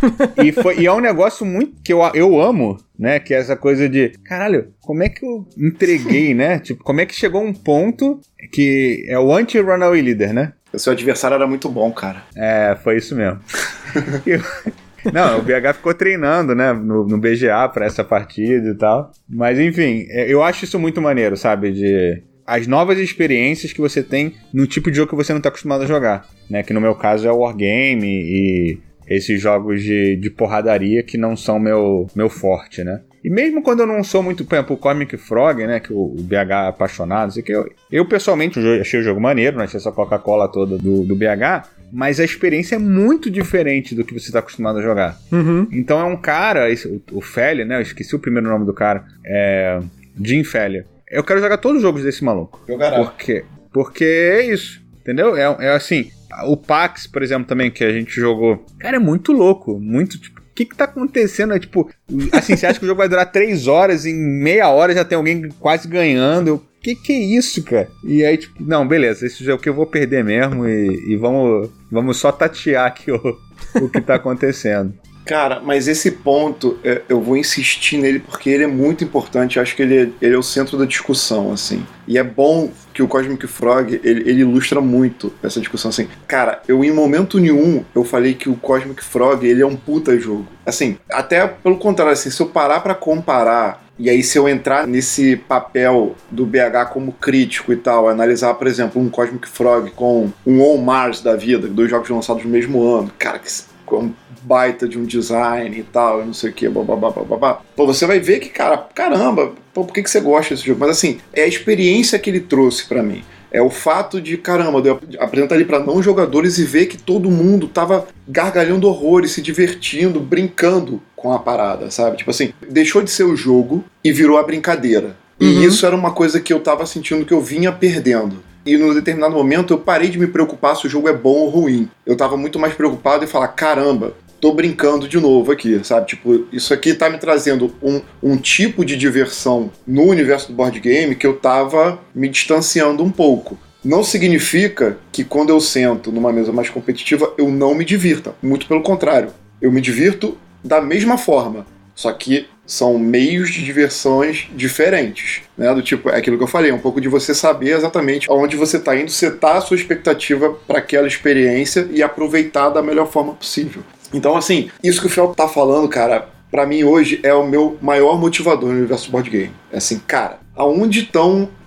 e, foi, e é um negócio muito que eu, eu amo, né, que é essa coisa de, caralho, como é que eu entreguei, né? Tipo, como é que chegou um ponto que é o anti-runaway leader, né? O seu adversário era muito bom, cara. É, foi isso mesmo. eu... Não, o B H ficou treinando, né, no, no B G A pra essa partida e tal. Mas, enfim, eu acho isso muito maneiro, sabe? De as novas experiências que você tem no tipo de jogo que você não tá acostumado a jogar, né? Que no meu caso é o Wargame e esses jogos de, de porradaria que não são meu, meu forte, né? E mesmo quando eu não sou muito, por exemplo, o Cosmic Frog, né, que o, o B H é apaixonado, sei que eu, eu pessoalmente achei o jogo maneiro, não achei essa Coca-Cola toda do, do B H, mas a experiência é muito diferente do que você está acostumado a jogar. Uhum. Então é um cara, esse, o, o Félia, né, eu esqueci o primeiro nome do cara, é Jim Félia. Eu quero jogar todos os jogos desse maluco. Jogará. Por quê? Porque é isso, entendeu? É, é assim, o Pax, por exemplo, também, que a gente jogou, cara, é muito louco, muito, tipo, o que que tá acontecendo? É tipo, assim, você acha que o jogo vai durar três horas, em meia hora já tem alguém quase ganhando. O que que é isso, cara? E aí, tipo, não, beleza, esse jogo que eu vou perder mesmo e, e vamos, vamos só tatear aqui o, o que tá acontecendo. Cara, mas esse ponto, eu vou insistir nele porque ele é muito importante. Eu acho que ele é, ele é o centro da discussão, assim. E é bom que o Cosmic Frog, ele, ele ilustra muito essa discussão, assim. Cara, eu em momento nenhum, eu falei que o Cosmic Frog, ele é um puta jogo. Assim, até pelo contrário, assim, se eu parar pra comparar, e aí se eu entrar nesse papel do B H como crítico e tal, analisar, por exemplo, um Cosmic Frog com um On Mars da vida, dois jogos lançados no mesmo ano, cara, que um baita de um design e tal, não sei o que, bababá, bababá. Pô, você vai ver que, cara, caramba, pô, por que, que você gosta desse jogo? Mas assim, é a experiência que ele trouxe pra mim. É o fato de, caramba, de eu apresentar ele pra não jogadores e ver que todo mundo tava gargalhando horrores, se divertindo, brincando com a parada, sabe? Tipo assim, deixou de ser o jogo e virou a brincadeira. E uhum. isso era uma coisa que eu tava sentindo que eu vinha perdendo. E num determinado momento eu parei de me preocupar se o jogo é bom ou ruim. Eu tava muito mais preocupado em falar, caramba, tô brincando de novo aqui, sabe? Tipo, isso aqui tá me trazendo um, um tipo de diversão no universo do board game que eu tava me distanciando um pouco. Não significa que quando eu sento numa mesa mais competitiva eu não me divirta. Muito pelo contrário. Eu me divirto da mesma forma. Só que são meios de diversões diferentes, né? Do tipo, é aquilo que eu falei, um pouco de você saber exatamente aonde você está indo, setar a sua expectativa para aquela experiência e aproveitar da melhor forma possível. Então, assim, isso que o Fel tá falando, cara, pra mim hoje é o meu maior motivador no universo board game. É assim, cara, aonde estão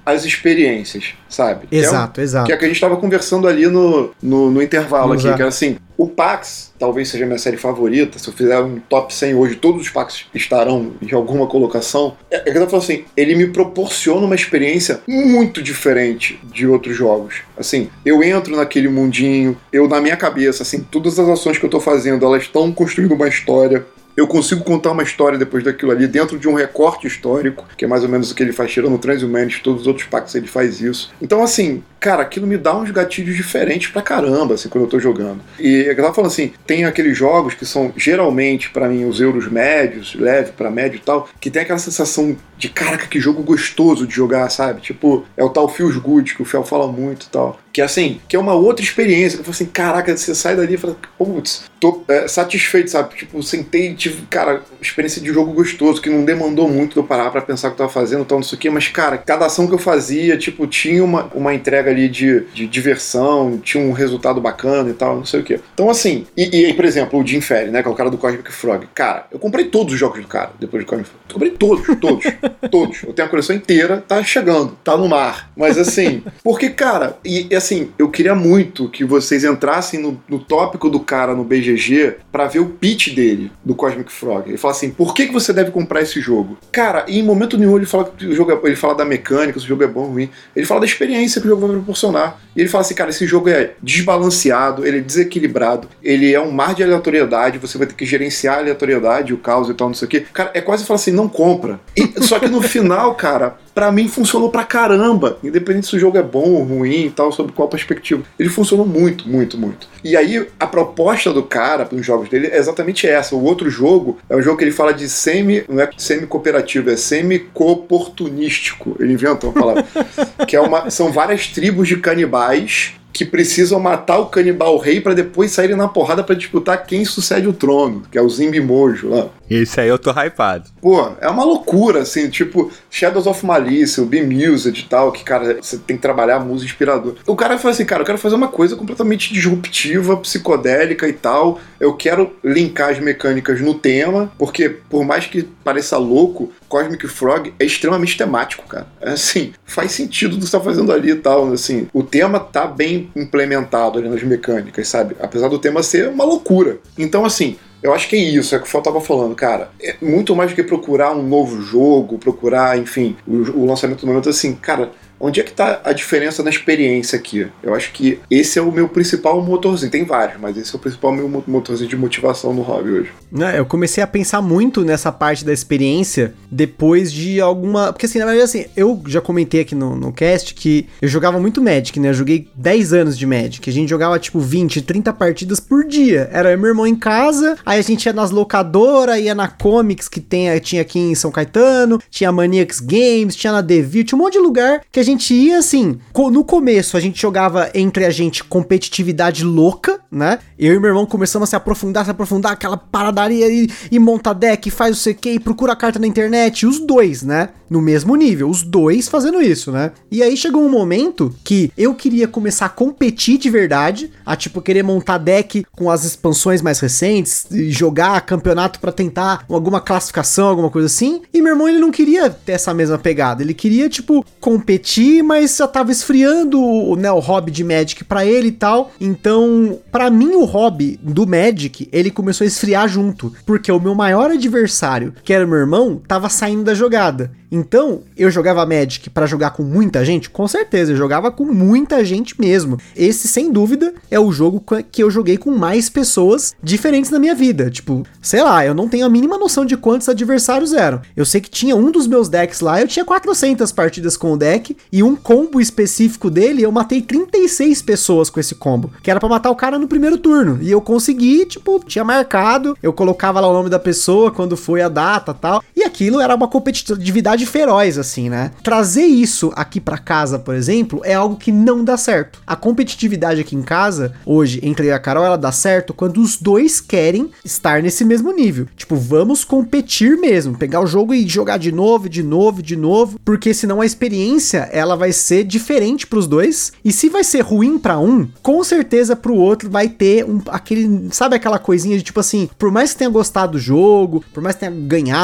as experiências, sabe? Exato, que é, exato. Que é o que a gente estava conversando ali no, no, no intervalo Exato. aqui, que era assim, o PAX talvez seja a minha série favorita, se eu fizer um top cem hoje, todos os PAX estarão em alguma colocação. É, é que eu tô falando assim, ele me proporciona uma experiência muito diferente de outros jogos. Assim, eu entro naquele mundinho, eu na minha cabeça, assim, todas as ações que eu tô fazendo, elas estão construindo uma história. Eu consigo contar uma história depois daquilo ali, dentro de um recorte histórico, que é mais ou menos o que ele faz, tirando o Transhumanity, todos os outros packs ele faz isso. Então, assim, cara, aquilo me dá uns gatilhos diferentes pra caramba, assim, quando eu tô jogando. E eu tava falando assim, tem aqueles jogos que são, geralmente, pra mim, os euros médios, leve pra médio e tal, que tem aquela sensação de, caraca, que jogo gostoso de jogar, sabe? Tipo, é o tal Feels Good, que o Fel fala muito e tal. Que, assim, que é uma outra experiência, que eu falo assim, caraca, você sai dali e fala, putz, tô é, satisfeito, sabe? Tipo, sentei, tive, cara, experiência de jogo gostoso, que não demandou muito de eu parar pra pensar o que eu tava fazendo, tal, não sei o quê, mas, cara, cada ação que eu fazia, tipo, tinha uma, uma entrega ali de, de diversão, tinha um resultado bacana e tal, não sei o quê. Então, assim, e, e por exemplo, o Jim Ferry, né, que é o cara do Cosmic Frog. Cara, eu comprei todos os jogos do cara, depois do Cosmic Frog. Eu comprei todos, todos, todos. Eu tenho a coleção inteira, tá chegando, tá no mar. Mas, assim, porque, cara, e, e assim, eu queria muito que vocês entrassem no, no tópico do cara no B G G pra ver o pitch dele, do Cosmic Frog. Ele fala assim, por que, que você deve comprar esse jogo? Cara, e em momento nenhum ele fala que o jogo é, ele fala da mecânica, se o jogo é bom ou ruim. Ele fala da experiência que o jogo vai proporcionar. E ele fala assim, cara, esse jogo é desbalanceado, ele é desequilibrado, ele é um mar de aleatoriedade, você vai ter que gerenciar a aleatoriedade, o caos e tal, não sei o quê. Cara, é quase falar assim, não compra. E, só que no final, cara, pra mim funcionou pra caramba. Independente se o jogo é bom ou ruim e tal, sobre qual perspectiva. Ele funcionou muito, muito, muito. E aí, a proposta do cara, nos jogos dele, é exatamente essa. O outro jogo é um jogo que ele fala de semi... Não é semi-cooperativo, é semi-coportunístico. Ele inventa uma palavra. que é uma... São várias tribos de canibais que precisam matar o canibal rei pra depois saírem na porrada pra disputar quem sucede o trono, que é o Zimbi Mojo lá. Esse aí eu tô hypado. Pô, é uma loucura, assim, tipo Shadows of Malice, o Bemused e tal, que, cara, você tem que trabalhar a música inspiradora. O cara fala assim, cara, eu quero fazer uma coisa completamente disruptiva, psicodélica e tal, eu quero linkar as mecânicas no tema, porque por mais que pareça louco, Cosmic Frog é extremamente temático, cara. É assim, faz sentido do que você tá fazendo ali e tal, assim, o tema tá bem implementado ali nas mecânicas, sabe? Apesar do tema ser uma loucura. Então, assim, eu acho que é isso, é o que o Fel tava falando, cara. É muito mais do que procurar um novo jogo, procurar, enfim, o, o lançamento do momento, assim, cara, onde é que tá a diferença na experiência aqui? Eu acho que esse é o meu principal motorzinho. Tem vários, mas esse é o principal meu motorzinho de motivação no hobby hoje. Eu comecei a pensar muito nessa parte da experiência depois de alguma... Porque assim, na verdade, assim, eu já comentei aqui no, no cast que eu jogava muito Magic, né? Eu joguei dez anos de Magic. A gente jogava tipo vinte, trinta partidas por dia. Era eu e meu irmão em casa, aí a gente ia nas locadoras, ia na Comics que tem, tinha aqui em São Caetano, tinha a Maniacs Games, tinha na Devil, tinha um monte de lugar que a gente gente ia assim, no começo a gente jogava entre a gente competitividade louca, né? Eu e meu irmão começamos a se aprofundar, se aprofundar, aquela paradaria e, e monta deck, faz o C Q, procura a carta na internet, os dois, né? No mesmo nível, os dois fazendo isso, né? E aí chegou um momento que eu queria começar a competir de verdade, a tipo querer montar deck com as expansões mais recentes, e jogar campeonato pra tentar alguma classificação, alguma coisa assim, e meu irmão ele não queria ter essa mesma pegada, ele queria tipo competir, mas já tava esfriando, né, o hobby de Magic pra ele e tal. Então, pra mim o hobby do Magic, ele começou a esfriar junto, porque o meu maior adversário, que era meu irmão, tava saindo da jogada. Então, eu jogava Magic pra jogar com muita gente? Com certeza, eu jogava com muita gente mesmo. Esse, sem dúvida, é o jogo que eu joguei com mais pessoas diferentes na minha vida. Tipo, sei lá, eu não tenho a mínima noção de quantos adversários eram. Eu sei que tinha um dos meus decks lá, eu tinha quatrocentas partidas com o deck, e um combo específico dele, eu matei trinta e seis pessoas com esse combo, que era pra matar o cara no primeiro turno. E eu consegui, tipo, tinha marcado, eu colocava lá o nome da pessoa, quando foi a data e tal, e aquilo era uma competitividade feroz, assim, né? Trazer isso aqui pra casa, por exemplo, é algo que não dá certo. A competitividade aqui em casa, hoje, entre eu e a Carol, ela dá certo quando os dois querem estar nesse mesmo nível. Tipo, vamos competir mesmo, pegar o jogo e jogar de novo, de novo, de novo, porque senão a experiência, ela vai ser diferente pros dois, e se vai ser ruim pra um, com certeza pro outro vai ter um, aquele, sabe aquela coisinha de tipo assim, por mais que tenha gostado do jogo, por mais que tenha ganhado, perdido,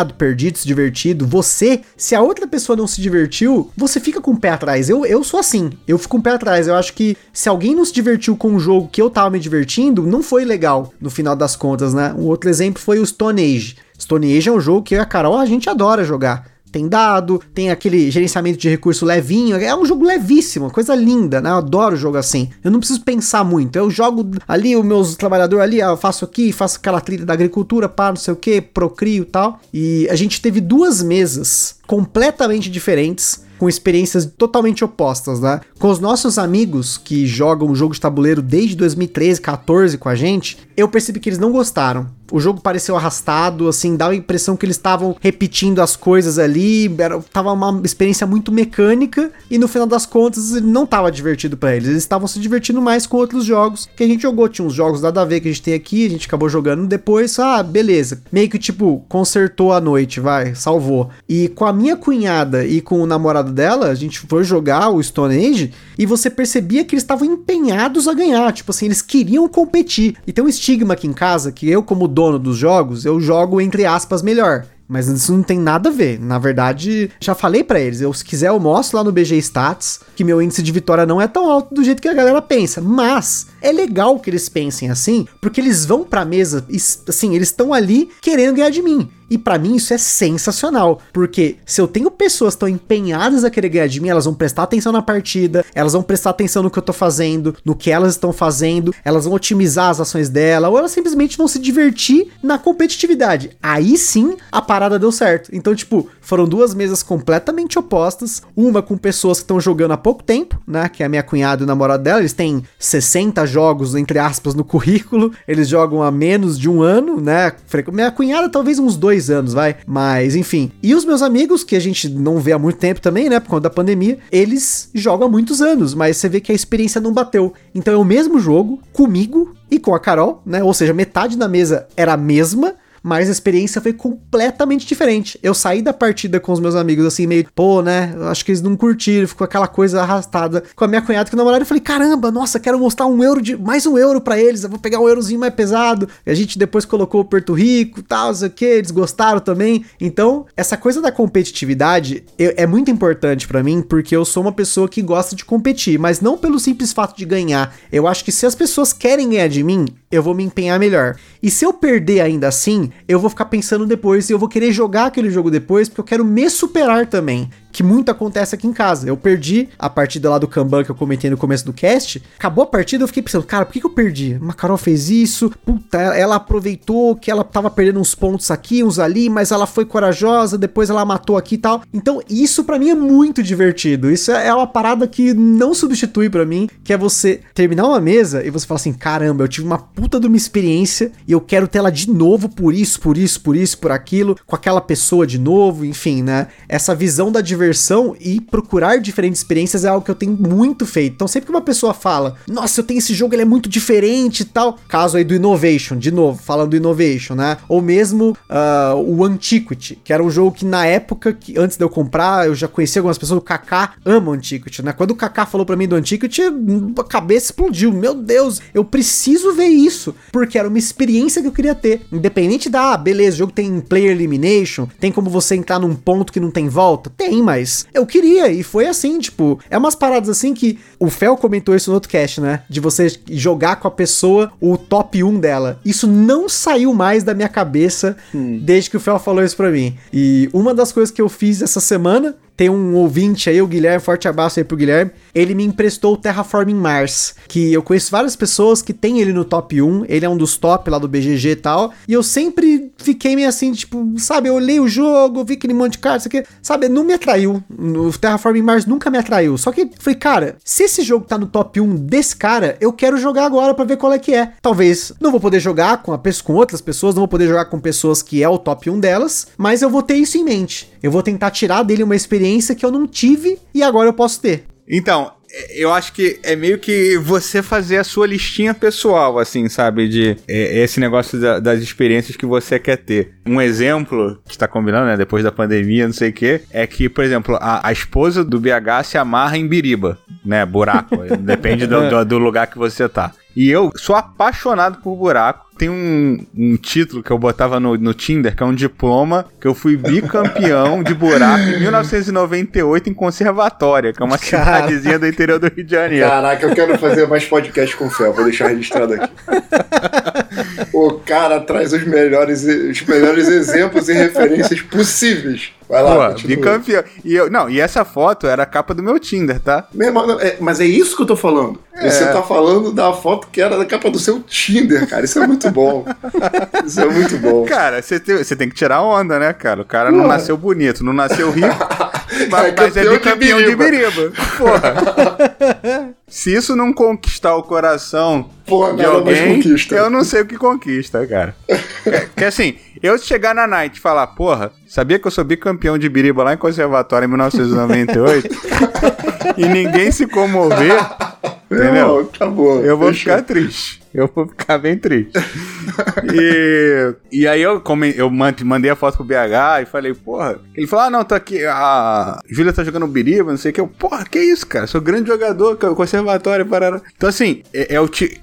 dito, se divertido, você, se a outra pessoa não se divertiu, você fica com o pé atrás. Eu, eu sou assim, eu fico com o pé atrás. Eu acho que se alguém não se divertiu com um jogo que eu tava me divertindo, não foi legal, no final das contas, né? Um outro exemplo foi o Stone Age. Stone Age é um jogo que eu e a Carol, a gente adora jogar. Tem dado, tem aquele gerenciamento de recurso levinho, é um jogo levíssimo, coisa linda, né? Eu adoro jogo assim. Eu não preciso pensar muito, eu jogo ali, os meus trabalhadores ali, eu faço aqui, faço aquela trilha da agricultura, pá, não sei o que, procrio e tal. E a gente teve duas mesas completamente diferentes, com experiências totalmente opostas, né? Com os nossos amigos que jogam o jogo de tabuleiro desde dois mil e treze, quatorze com a gente, eu percebi que eles não gostaram. O jogo pareceu arrastado, assim, dava a impressão que eles estavam repetindo as coisas ali, era, tava uma experiência muito mecânica, e no final das contas não tava divertido pra eles, eles estavam se divertindo mais com outros jogos que a gente jogou, tinha uns jogos nada a ver que a gente tem aqui, a gente acabou jogando depois, ah, beleza, meio que tipo, consertou a noite, vai, salvou. E com a minha cunhada e com o namorado dela, a gente foi jogar o Stone Age, e você percebia que eles estavam empenhados a ganhar, tipo assim, eles queriam competir. E tem um estigma aqui em casa, que eu como dono dos jogos, eu jogo entre aspas melhor. Mas isso não tem nada a ver. Na verdade, já falei pra eles, eu se quiser eu mostro lá no B G Stats que meu índice de vitória não é tão alto do jeito que a galera pensa. Mas é legal que eles pensem assim, porque eles vão pra mesa, assim, eles estão ali querendo ganhar de mim. E pra mim isso é sensacional, porque se eu tenho pessoas que estão empenhadas a querer ganhar de mim, elas vão prestar atenção na partida, elas vão prestar atenção no que eu tô fazendo, no que elas estão fazendo, elas vão otimizar as ações dela, ou elas simplesmente vão se divertir na competitividade. Aí sim, a parada deu certo. Então, tipo, foram duas mesas completamente opostas, uma com pessoas que estão jogando há pouco tempo, né, que é a minha cunhada e o namorado dela, eles têm sessenta jogos, entre aspas, no currículo, eles jogam há menos de um ano, né, minha cunhada talvez uns dois anos, vai, mas enfim. E os meus amigos, que a gente não vê há muito tempo também, né, por conta da pandemia, eles jogam há muitos anos, mas você vê que a experiência não bateu. Então é o mesmo jogo, comigo e com a Carol, né, ou seja, metade da mesa era a mesma, mas a experiência foi completamente diferente. Eu saí da partida com os meus amigos assim, meio, pô, né, acho que eles não curtiram, ficou aquela coisa arrastada. Com a minha cunhada, que o namorado, eu falei, caramba, nossa, quero mostrar um euro, de mais um euro pra eles, eu vou pegar um eurozinho mais pesado. E a gente depois colocou o Porto Rico, tal, não sei o que, eles gostaram também. Então, essa coisa da competitividade eu, é muito importante pra mim, porque eu sou uma pessoa que gosta de competir, mas não pelo simples fato de ganhar. Eu acho que se as pessoas querem ganhar de mim, eu vou me empenhar melhor. E se eu perder ainda assim, eu vou ficar pensando depois e eu vou querer jogar aquele jogo depois, porque eu quero me superar também. Que muito acontece aqui em casa. Eu perdi a partida lá do Kanban que eu comentei no começo do cast. Acabou a partida, eu fiquei pensando, cara, por que, que eu perdi? A Carol fez isso, puta, ela aproveitou que ela tava perdendo uns pontos aqui, uns ali, mas ela foi corajosa, depois ela matou aqui e tal. Então isso pra mim é muito divertido. Isso é uma parada que não substitui pra mim, que é você terminar uma mesa e você falar assim, caramba, eu tive uma puta de uma experiência e eu quero ter ela de novo por isso, por isso, por isso, por aquilo, com aquela pessoa de novo, enfim, né? Essa visão da diversão e procurar diferentes experiências é algo que eu tenho muito feito. Então sempre que uma pessoa fala, nossa, eu tenho esse jogo, ele é muito diferente e tal, caso aí do Innovation, de novo, falando do Innovation, né? Ou mesmo uh, o Antiquity, que era um jogo que na época, que antes de eu comprar, eu já conhecia algumas pessoas, o Kaká ama o Antiquity, né? Quando o Kaká falou pra mim do Antiquity, a cabeça explodiu, meu Deus, eu preciso ver isso, porque era uma experiência que eu queria ter, independente da, ah, beleza, o jogo tem player elimination, tem como você entrar num ponto que não tem volta, tem, mas eu queria, e foi assim, tipo, é umas paradas assim que o Fel comentou isso no outro cast, né, de você jogar com a pessoa o top um dela, isso não saiu mais da minha cabeça hum. desde que o Fel falou isso pra mim, e uma das coisas que eu fiz essa semana, tem um ouvinte aí, o Guilherme, forte abraço aí pro Guilherme, ele me emprestou o Terraforming Mars, que eu conheço várias pessoas que tem ele no top um, ele é um dos top lá do B G G e tal, e eu sempre fiquei meio assim, tipo, sabe, eu olhei o jogo, vi aquele monte de cartas, isso aqui, sabe, não me atraiu, o Terraforming Mars nunca me atraiu, só que falei, cara, se esse jogo tá no top um desse cara, eu quero jogar agora pra ver qual é que é. Talvez não vou poder jogar com, a, com outras pessoas, não vou poder jogar com pessoas que é o top um delas, mas eu vou ter isso em mente, eu vou tentar tirar dele uma experiência que eu não tive e agora eu posso ter. Então, eu acho que é meio que você fazer a sua listinha pessoal, assim, sabe? De é, esse negócio da, das experiências que você quer ter. Um exemplo que tá combinando, né? Depois da pandemia, não sei o quê, é que, por exemplo, a, a esposa do B H se amarra em biriba, né? Buraco. Depende do, do, do lugar que você tá. E eu sou apaixonado por buraco. Tem um, um título que eu botava no, no Tinder, que é um diploma, que eu fui bicampeão de buraco em mil novecentos e noventa e oito em Conservatória, que é uma Cara. cidadezinha do interior do Rio de Janeiro. Caraca, eu quero fazer mais podcast com o Fel, vou deixar registrado aqui. O cara traz os melhores, os melhores exemplos e referências possíveis. Vai lá, Pô, bicampeão. E eu, não, e essa foto era a capa do meu Tinder, tá? Meu irmão, não, é, mas é isso que eu tô falando. É. Você tá falando da foto que era da capa do seu Tinder, cara. Isso é muito bom. Isso é muito bom. Cara, você tem, você tem que tirar onda, né, cara? O cara não Porra. nasceu bonito, não nasceu rico, É mas, mas é campeão de bicampeão de biriba. biriba. Porra. Se isso não conquistar o coração Pô, de nada mais alguém, conquista. eu não sei o que conquista, cara. É, que assim, eu chegar na Night e falar, porra, sabia que eu sou bicampeão de biriba lá em Conservatório em mil novecentos e noventa e oito? E ninguém se comover, entendeu? Não, acabou. Eu vou Fechou. ficar triste. Eu vou ficar bem triste. E, e aí eu, come, eu mandei a foto pro B H e falei, porra. Ele falou, ah, não, tô aqui. A Júlia tá jogando biriba, não sei o que. Eu, porra, que isso, cara? Sou grande jogador, Conservatório, parará. Então, assim, é, é o ti,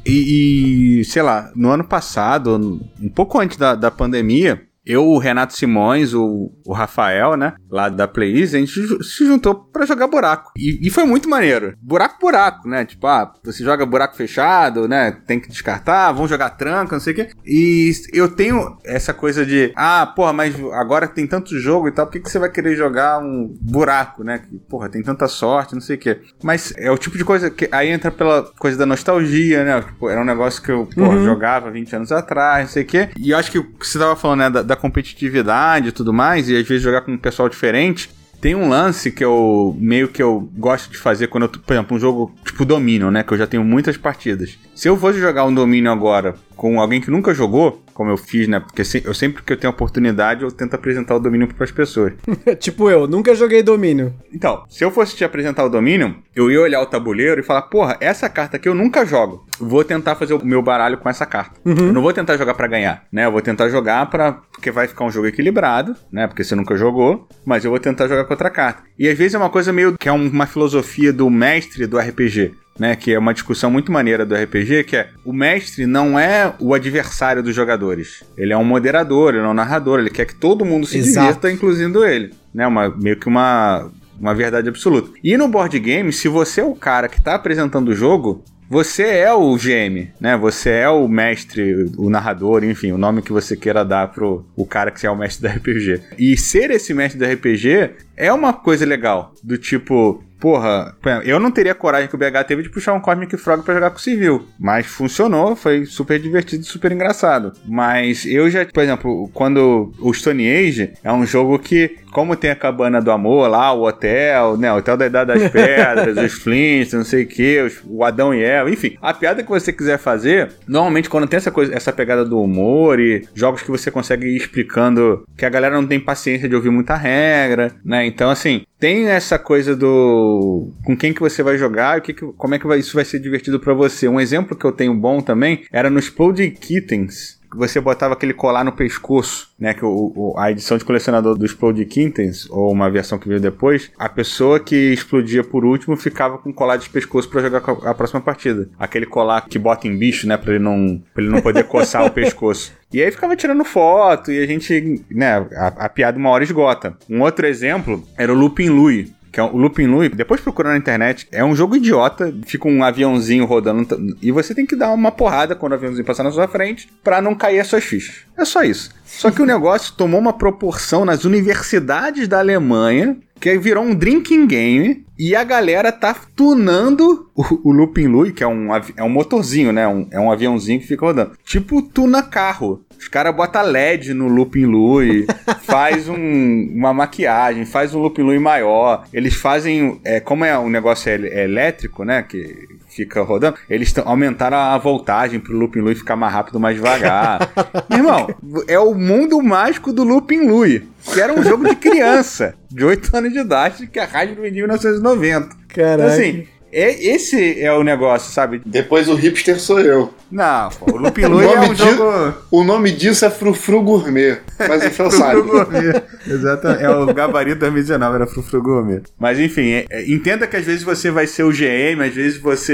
e, e, sei lá, no ano passado, um pouco antes da, da pandemia, eu, o Renato Simões, o, o Rafael, né, lá da Plays, a gente ju- se juntou pra jogar buraco. E, e foi muito maneiro. Buraco, buraco, né? Tipo, ah, você joga buraco fechado, né? Tem que descartar, vamos jogar tranca, não sei o quê. E eu tenho essa coisa de, ah, porra, mas agora tem tanto jogo e tal, por que, que você vai querer jogar um buraco, né? Que, porra, tem tanta sorte, não sei o quê. Mas é o tipo de coisa que aí entra pela coisa da nostalgia, né? Tipo, era um negócio que eu, porra, Uhum. jogava vinte anos atrás, não sei o quê. E eu acho que o que você tava falando, né, da, da competitividade e tudo mais, e às vezes jogar com um pessoal diferente, tem um lance que eu meio que eu gosto de fazer quando eu, por exemplo, um jogo tipo Dominion, né, que eu já tenho muitas partidas. Se eu fosse jogar um Dominion agora com alguém que nunca jogou, como eu fiz, né, porque se, eu sempre que eu tenho oportunidade, eu tento apresentar o Dominion para as pessoas. Tipo eu, nunca joguei Domínio. Então, se eu fosse te apresentar o Dominion, eu ia olhar o tabuleiro e falar, porra, essa carta aqui eu nunca jogo. Vou tentar fazer o meu baralho com essa carta. Uhum. Eu não vou tentar jogar pra ganhar, né? Eu vou tentar jogar pra... porque vai ficar um jogo equilibrado, né? Porque você nunca jogou, mas eu vou tentar jogar com outra carta. E às vezes é uma coisa meio que é uma filosofia do mestre do R P G, né, que é uma discussão muito maneira do R P G, que é o mestre não é o adversário dos jogadores. Ele é um moderador, ele é um narrador, ele quer que todo mundo se Exato. divirta, incluindo ele. Né, uma, meio que uma, uma verdade absoluta. E no board game, se você é o cara que está apresentando o jogo, você é o G M, né? Você é o mestre, o narrador, enfim, o nome que você queira dar pro o cara que é o mestre do R P G. E ser esse mestre do R P G é uma coisa legal, do tipo... Porra, eu não teria coragem que o B H teve de puxar um Cosmic Frog pra jogar com o Civil. Mas funcionou, foi super divertido e super engraçado. Mas eu já, por exemplo, quando o Stone Age é um jogo que, como tem a Cabana do Amor lá, o hotel, né? O Hotel da Idade das Pedras, os Flintstones, não sei o que, os, o Adão e Eva, enfim. A piada que você quiser fazer, normalmente quando tem essa coisa, essa pegada do humor e jogos que você consegue ir explicando que a galera não tem paciência de ouvir muita regra, né? Então, assim, tem essa coisa do com quem que você vai jogar e o que que, como é que vai, isso vai ser divertido pra você. Um exemplo que eu tenho bom também era no Exploding Kittens, que você botava aquele colar no pescoço, né, que o, o, a edição de colecionador do Exploding Kittens, ou uma versão que veio depois, a pessoa que explodia por último ficava com colar de pescoço pra jogar a próxima partida. Aquele colar que bota em bicho, né, pra ele não, pra ele não poder coçar o pescoço. E aí ficava tirando foto e a gente, né, a, a piada uma hora esgota. Um outro exemplo era o Lupin Lui, que é o Lupin Lui, depois procura na internet, é um jogo idiota, fica um aviãozinho rodando e você tem que dar uma porrada quando o aviãozinho passar na sua frente pra não cair as suas fichas. É só isso. Só que o negócio tomou uma proporção nas universidades da Alemanha, que virou um drinking game, e a galera tá tunando o, o Lupin Lui, que é um, é um motorzinho, né? Um, é um aviãozinho que fica rodando. Tipo tuna carro. Os caras botam L E D no Lupin Lui, faz um, uma maquiagem, faz um Lupin Lui maior. Eles fazem, é, como é um negócio é, é elétrico, né? Que fica rodando, eles tão, aumentaram a voltagem pro Lupin Lui ficar mais rápido, mais devagar. Meu irmão, é o mundo mágico do Lupin Lui, que era um jogo de criança, de oito anos de idade, que a rádio vendia em mil novecentos e noventa. Caraca. Então, assim, é, esse é o negócio, sabe? Depois o hipster sou eu. Não, pô, o Lupin Lui é um di- jogo... O nome disso é Frufru Gourmet. Mas o Fel sabe. Frufru Gourmet. Exatamente. É o gabarito dois mil e dezenove, era Frufru Gourmet. Mas enfim, é, é, entenda que às vezes você vai ser o G M, às vezes você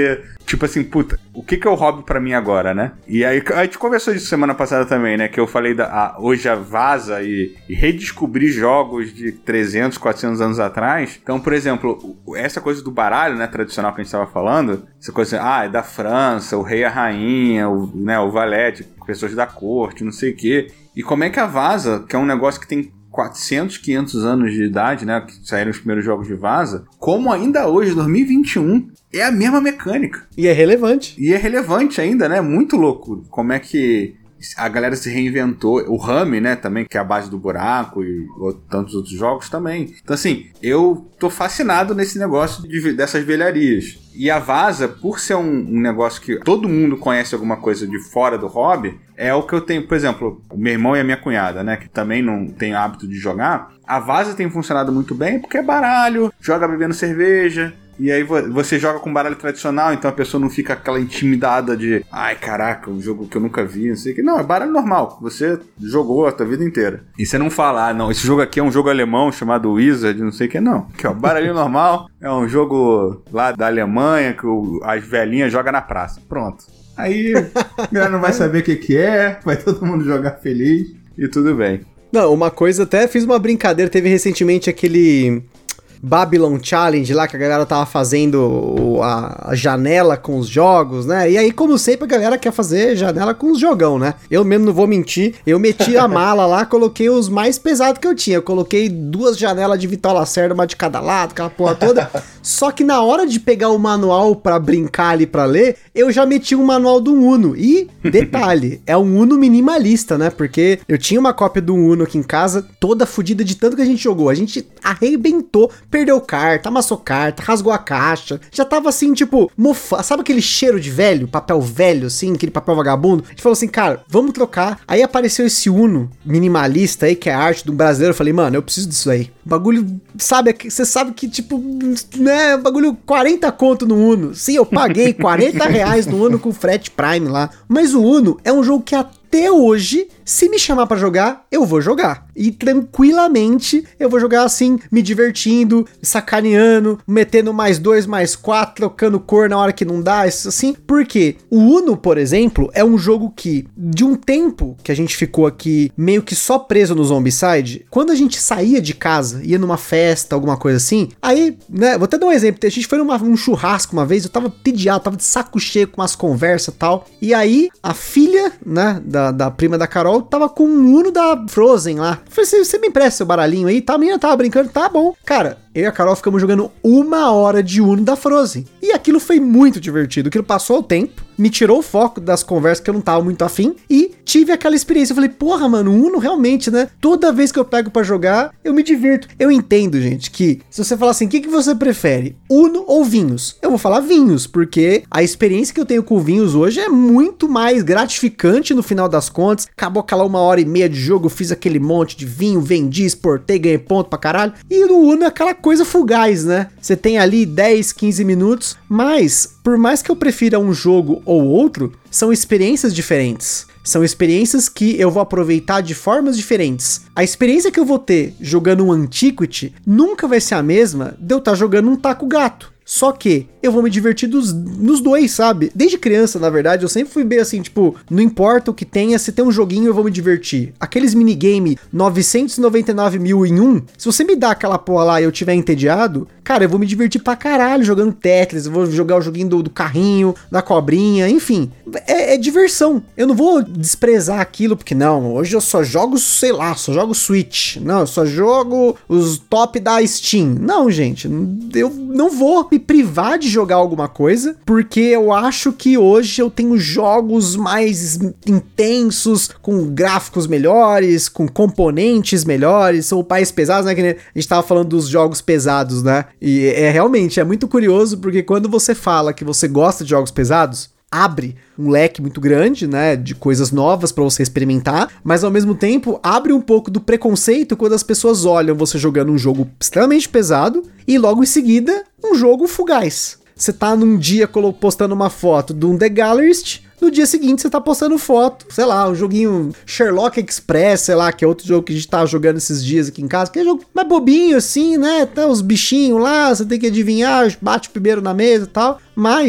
tipo assim, puta, o que que é o hobby pra mim agora, né? E aí a gente conversou disso semana passada também, né? Que eu falei da, a, hoje a Vaza e, e redescobrir jogos de trezentos, quatrocentos anos atrás. Então, por exemplo, essa coisa do baralho, né, tradicional que a gente tava falando, essa coisa assim, ah, é da França, o rei e a rainha, o, né, o valete, pessoas da corte, não sei o quê. E como é que a Vaza, que é um negócio que tem quatrocentos, quinhentos anos de idade, né, que saíram os primeiros jogos de Vaza, como ainda hoje, dois mil e vinte e um, é a mesma mecânica. E é relevante. E é relevante ainda, né, muito louco. Como é que a galera se reinventou. O Rami, né, também, que é a base do buraco e tantos outros jogos também. Então, assim, eu tô fascinado nesse negócio de, dessas velharias. E a Vaza, por ser um, um negócio que todo mundo conhece alguma coisa de fora do hobby, é o que eu tenho, por exemplo, o meu irmão e a minha cunhada, né, que também não tem hábito de jogar. A Vaza tem funcionado muito bem porque é baralho, joga bebendo cerveja. E aí você joga com baralho tradicional, então a pessoa não fica aquela intimidada de ai, caraca, um jogo que eu nunca vi, não sei o que. Não, é baralho normal, você jogou a tua vida inteira. E você não fala, ah, não, esse jogo aqui é um jogo alemão chamado Wizard, não sei o que, não. Aqui, ó, baralho normal, é um jogo lá da Alemanha que o, as velhinhas jogam na praça. Pronto. Aí a galera não vai saber o que que é, vai todo mundo jogar feliz e tudo bem. Não, uma coisa, até fiz uma brincadeira, teve recentemente aquele Babylon Challenge lá, que a galera tava fazendo a, a janela com os jogos, né? E aí, como sempre, a galera quer fazer janela com os jogão, né? Eu mesmo não vou mentir, eu meti a mala lá, coloquei os mais pesados que eu tinha. Eu coloquei duas janelas de Vital Lacerda, uma de cada lado, aquela porra toda. Só que na hora de pegar o manual pra brincar ali, pra ler, eu já meti um manual do Uno. E, detalhe, é um Uno minimalista, né? Porque eu tinha uma cópia do Uno aqui em casa, toda fodida de tanto que a gente jogou. A gente arrebentou, perdeu carta, amassou carta, rasgou a caixa. Já tava assim, tipo, mofa. Sabe aquele cheiro de velho? Papel velho, assim, aquele papel vagabundo? A gente falou assim, cara, vamos trocar. Aí apareceu esse Uno minimalista aí, que é a arte de um brasileiro. Eu falei, mano, eu preciso disso aí. Bagulho, sabe, você sabe que, tipo, né, bagulho quarenta conto no Uno. Sim, eu paguei quarenta reais no Uno com frete Prime lá. Mas o Uno é um jogo que até hoje, se me chamar pra jogar, eu vou jogar. E tranquilamente eu vou jogar assim, me divertindo, sacaneando, metendo mais dois, mais quatro, trocando cor na hora que não dá, isso assim. Por quê? O Uno, por exemplo, é um jogo que, de um tempo que a gente ficou aqui meio que só preso no Zombicide, quando a gente saía de casa, ia numa festa, alguma coisa assim, aí, né, vou até dar um exemplo, a gente foi num um churrasco uma vez, eu tava tediado, tava de saco cheio com umas conversas e tal, e aí a filha, né, da, da prima da Carol, tava com um Uno da Frozen lá. Eu falei assim, você me empresta seu baralhinho aí? Tá, a menina tava brincando, tá bom. Cara, eu e a Carol ficamos jogando uma hora de Uno da Frozen. E aquilo foi muito divertido. Aquilo passou o tempo, me tirou o foco das conversas que eu não tava muito afim e tive aquela experiência. Eu falei, porra, mano, Uno realmente, né? Toda vez que eu pego pra jogar, eu me divirto. Eu entendo, gente, que se você falar assim, o que, que você prefere? Uno ou vinhos? Eu vou falar vinhos, porque a experiência que eu tenho com vinhos hoje é muito mais gratificante no final das contas. Acabou aquela uma hora e meia de jogo, eu fiz aquele monte de vinho, vendi, exportei, ganhei ponto pra caralho. E no Uno é aquela coisa fugaz, né? Você tem ali dez, quinze minutos, mas por mais que eu prefira um jogo ou outro, são experiências diferentes. São experiências que eu vou aproveitar de formas diferentes. A experiência que eu vou ter jogando um Antiquity nunca vai ser a mesma de eu estar jogando um Taco Gato. Só que eu vou me divertir dos, nos dois, sabe? Desde criança, na verdade, eu sempre fui bem assim, tipo, não importa o que tenha, se tem um joguinho eu vou me divertir. Aqueles minigame novecentos e noventa e nove mil em um, se você me dá aquela porra lá e eu tiver entediado, cara, eu vou me divertir pra caralho jogando Tetris, eu vou jogar o joguinho do, do carrinho, da cobrinha, enfim. É, é diversão. Eu não vou desprezar aquilo, porque não, hoje eu só jogo, sei lá, só jogo Switch. Não, eu só jogo os top da Steam. Não, gente, eu não vou me privar de jogar alguma coisa, porque eu acho que hoje eu tenho jogos mais intensos, com gráficos melhores, com componentes melhores, ou mais pesados, né? Que a gente tava falando dos jogos pesados, né? E é realmente, é muito curioso, porque quando você fala que você gosta de jogos pesados, abre um leque muito grande, né, de coisas novas pra você experimentar, mas ao mesmo tempo abre um pouco do preconceito quando as pessoas olham você jogando um jogo extremamente pesado e logo em seguida um jogo fugaz. Você tá num dia postando uma foto de um The Gallerist, no dia seguinte você tá postando foto, sei lá, um joguinho Sherlock Express, sei lá, que é outro jogo que a gente tá jogando esses dias aqui em casa, que é um jogo mais bobinho assim, né, tá os bichinhos lá, você tem que adivinhar, bate primeiro na mesa e tal, mas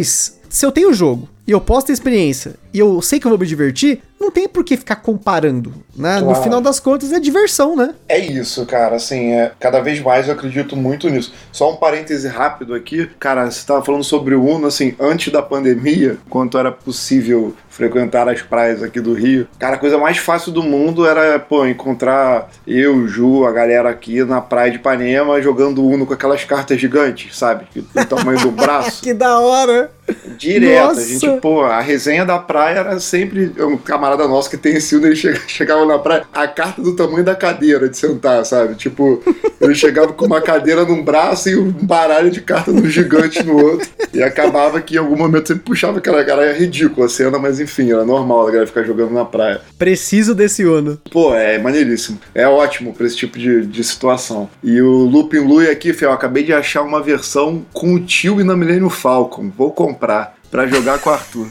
se eu tenho o jogo e eu posso ter experiência e eu sei que eu vou me divertir, não tem por que ficar comparando, né? Claro. No final das contas é diversão, né? É isso, cara, assim, é, cada vez mais eu acredito muito nisso. Só um parêntese rápido aqui, cara, você tava falando sobre o Uno, assim, antes da pandemia, quando era possível frequentar as praias aqui do Rio, cara, a coisa mais fácil do mundo era, pô, encontrar eu, Ju, a galera aqui na praia de Ipanema jogando Uno com aquelas cartas gigantes, sabe? Do tamanho do braço. Que da hora! Direto, Nossa. a gente, pô, a resenha da praia era sempre um camarada nosso que tem esse Uno, ele chega, chegava na praia, a carta do tamanho da cadeira de sentar, sabe? Tipo, ele chegava com uma cadeira num braço e um baralho de carta no gigante no outro, e acabava que em algum momento sempre puxava aquela cara, era ridícula a cena, mas enfim, era normal a galera ficar jogando na praia. Preciso desse Uno. Pô, é maneiríssimo, é ótimo pra esse tipo de, de situação. E o Looping Lui aqui, Fel, eu acabei de achar uma versão com o tio e na Millennium Falcon, vou comprar pra jogar com o Arthur.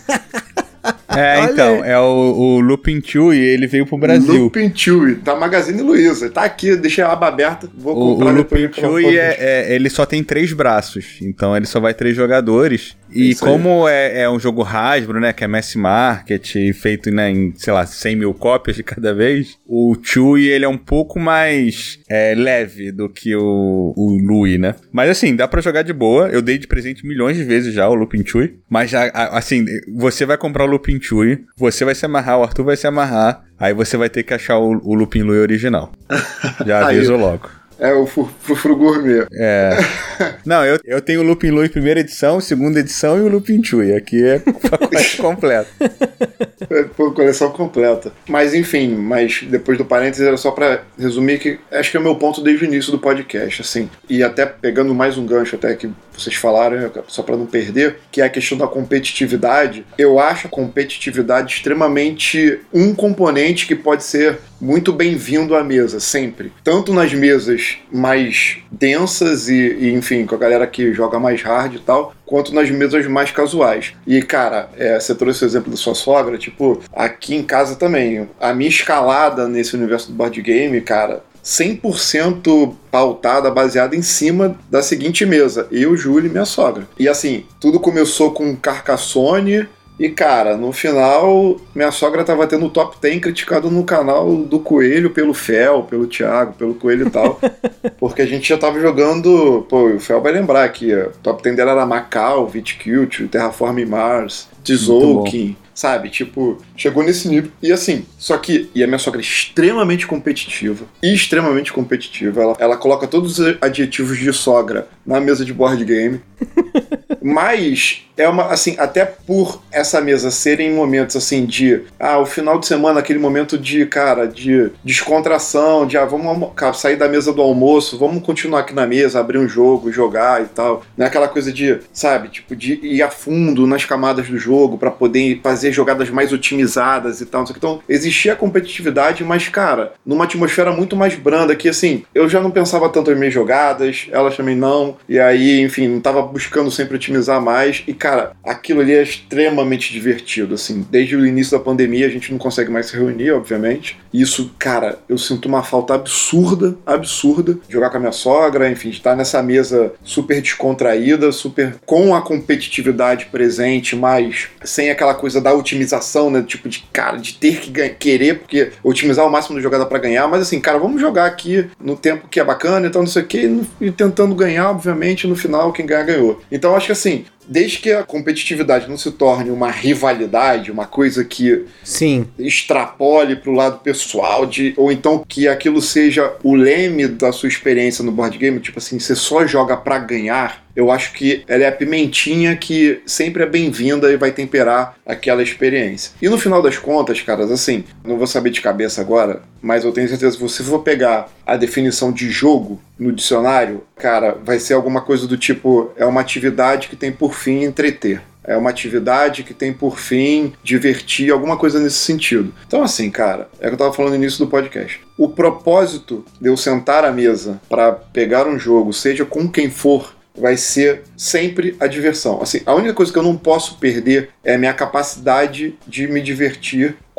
É, Olha então, aí. é o, o Looping Chewie e ele veio pro Brasil. Looping Chewie, da Magazine Luiza. Tá aqui, deixei a aba aberta, vou O, comprar o depois. Looping Chewie, é, é, ele só tem três braços, então ele só vai três jogadores. E Isso aí. como é, é um jogo Hasbro, né, que é mass market, feito, né, em, sei lá, cem mil cópias de cada vez, o Chewie, ele é um pouco mais é, leve do que o, o Louie, né? Mas assim, dá pra jogar de boa. Eu dei de presente milhões de vezes já o Looping Chewie, mas já, assim, você vai comprar o Looping Chewie, você vai se amarrar, o Arthur vai se amarrar, aí você vai ter que achar o, o Looping Louie original. Já aviso logo. É o Frufru Gourmet. É. Não, eu, eu tenho o Looping Louie primeira edição, segunda edição e o Looping Chewie. Aqui é o pacote completo. É, pô, coleção completa. Mas enfim, mas depois do parênteses era só pra resumir que acho que é o meu ponto desde o início do podcast, assim. E até pegando mais um gancho até que vocês falaram, só pra não perder, que é a questão da competitividade. Eu acho a competitividade extremamente um componente que pode ser muito bem-vindo à mesa, sempre. Tanto nas mesas mais densas e, e, enfim, com a galera que joga mais hard e tal, quanto nas mesas mais casuais. E, cara, é, você trouxe o exemplo da sua sogra, tipo, aqui em casa também. A minha escalada nesse universo do board game, cara, cem por cento pautada, baseada em cima da seguinte mesa. Eu, Júlio e minha sogra. E assim, tudo começou com Carcassonne. E, cara, no final, minha sogra tava tendo o top dez criticado no canal do Coelho pelo Fel, pelo Thiago, pelo Coelho e tal. Porque a gente já tava jogando... Pô, o Fel vai lembrar que o top dez dela era Macau, Viticulture, Terraforming Mars, Tzolk'in, sabe? Tipo, chegou nesse nível. E assim, só que... E a minha sogra é extremamente competitiva. E extremamente competitiva. Ela, ela coloca todos os adjetivos de sogra na mesa de board game. Mas... é uma, assim, até por essa mesa serem momentos, assim, de, ah, o final de semana, aquele momento de, cara, de descontração, de, ah, vamos cara, sair da mesa do almoço, vamos continuar aqui na mesa, abrir um jogo, jogar e tal. Não é aquela coisa de, sabe, tipo, de ir a fundo nas camadas do jogo pra poder fazer jogadas mais otimizadas e tal. Então, existia a competitividade, mas, cara, numa atmosfera muito mais branda, que, assim, eu já não pensava tanto em minhas jogadas, elas também não, e aí, enfim, não tava buscando sempre otimizar mais, e, cara, Cara, aquilo ali é extremamente divertido, assim. Desde o início da pandemia a gente não consegue mais se reunir, obviamente. E isso, cara, eu sinto uma falta absurda, absurda, de jogar com a minha sogra, enfim, de estar nessa mesa super descontraída, super com a competitividade presente, mas sem aquela coisa da otimização, né? Tipo de, cara, de ter que ganha, querer, porque otimizar o máximo da jogada pra ganhar, mas assim, cara, vamos jogar aqui no tempo que é bacana, então não sei o que, e tentando ganhar, obviamente, no final quem ganhar ganhou. Então acho que assim, desde que a competitividade não se torne uma rivalidade, uma coisa que Sim. extrapole pro lado pessoal, de, ou então que aquilo seja o leme da sua experiência no board game, tipo assim, você só joga pra ganhar, eu acho que ela é a pimentinha que sempre é bem-vinda e vai temperar aquela experiência. E no final das contas, caras, assim, não vou saber de cabeça agora, mas eu tenho certeza que se você for pegar a definição de jogo no dicionário, cara, vai ser alguma coisa do tipo, é uma atividade que tem por fim entreter. É uma atividade que tem por fim divertir, alguma coisa nesse sentido. Então assim, cara, é o que eu tava falando no início do podcast. O propósito de eu sentar à mesa para pegar um jogo, seja com quem for, vai ser sempre a diversão. Assim, a única coisa que eu não posso perder é a minha capacidade de me divertir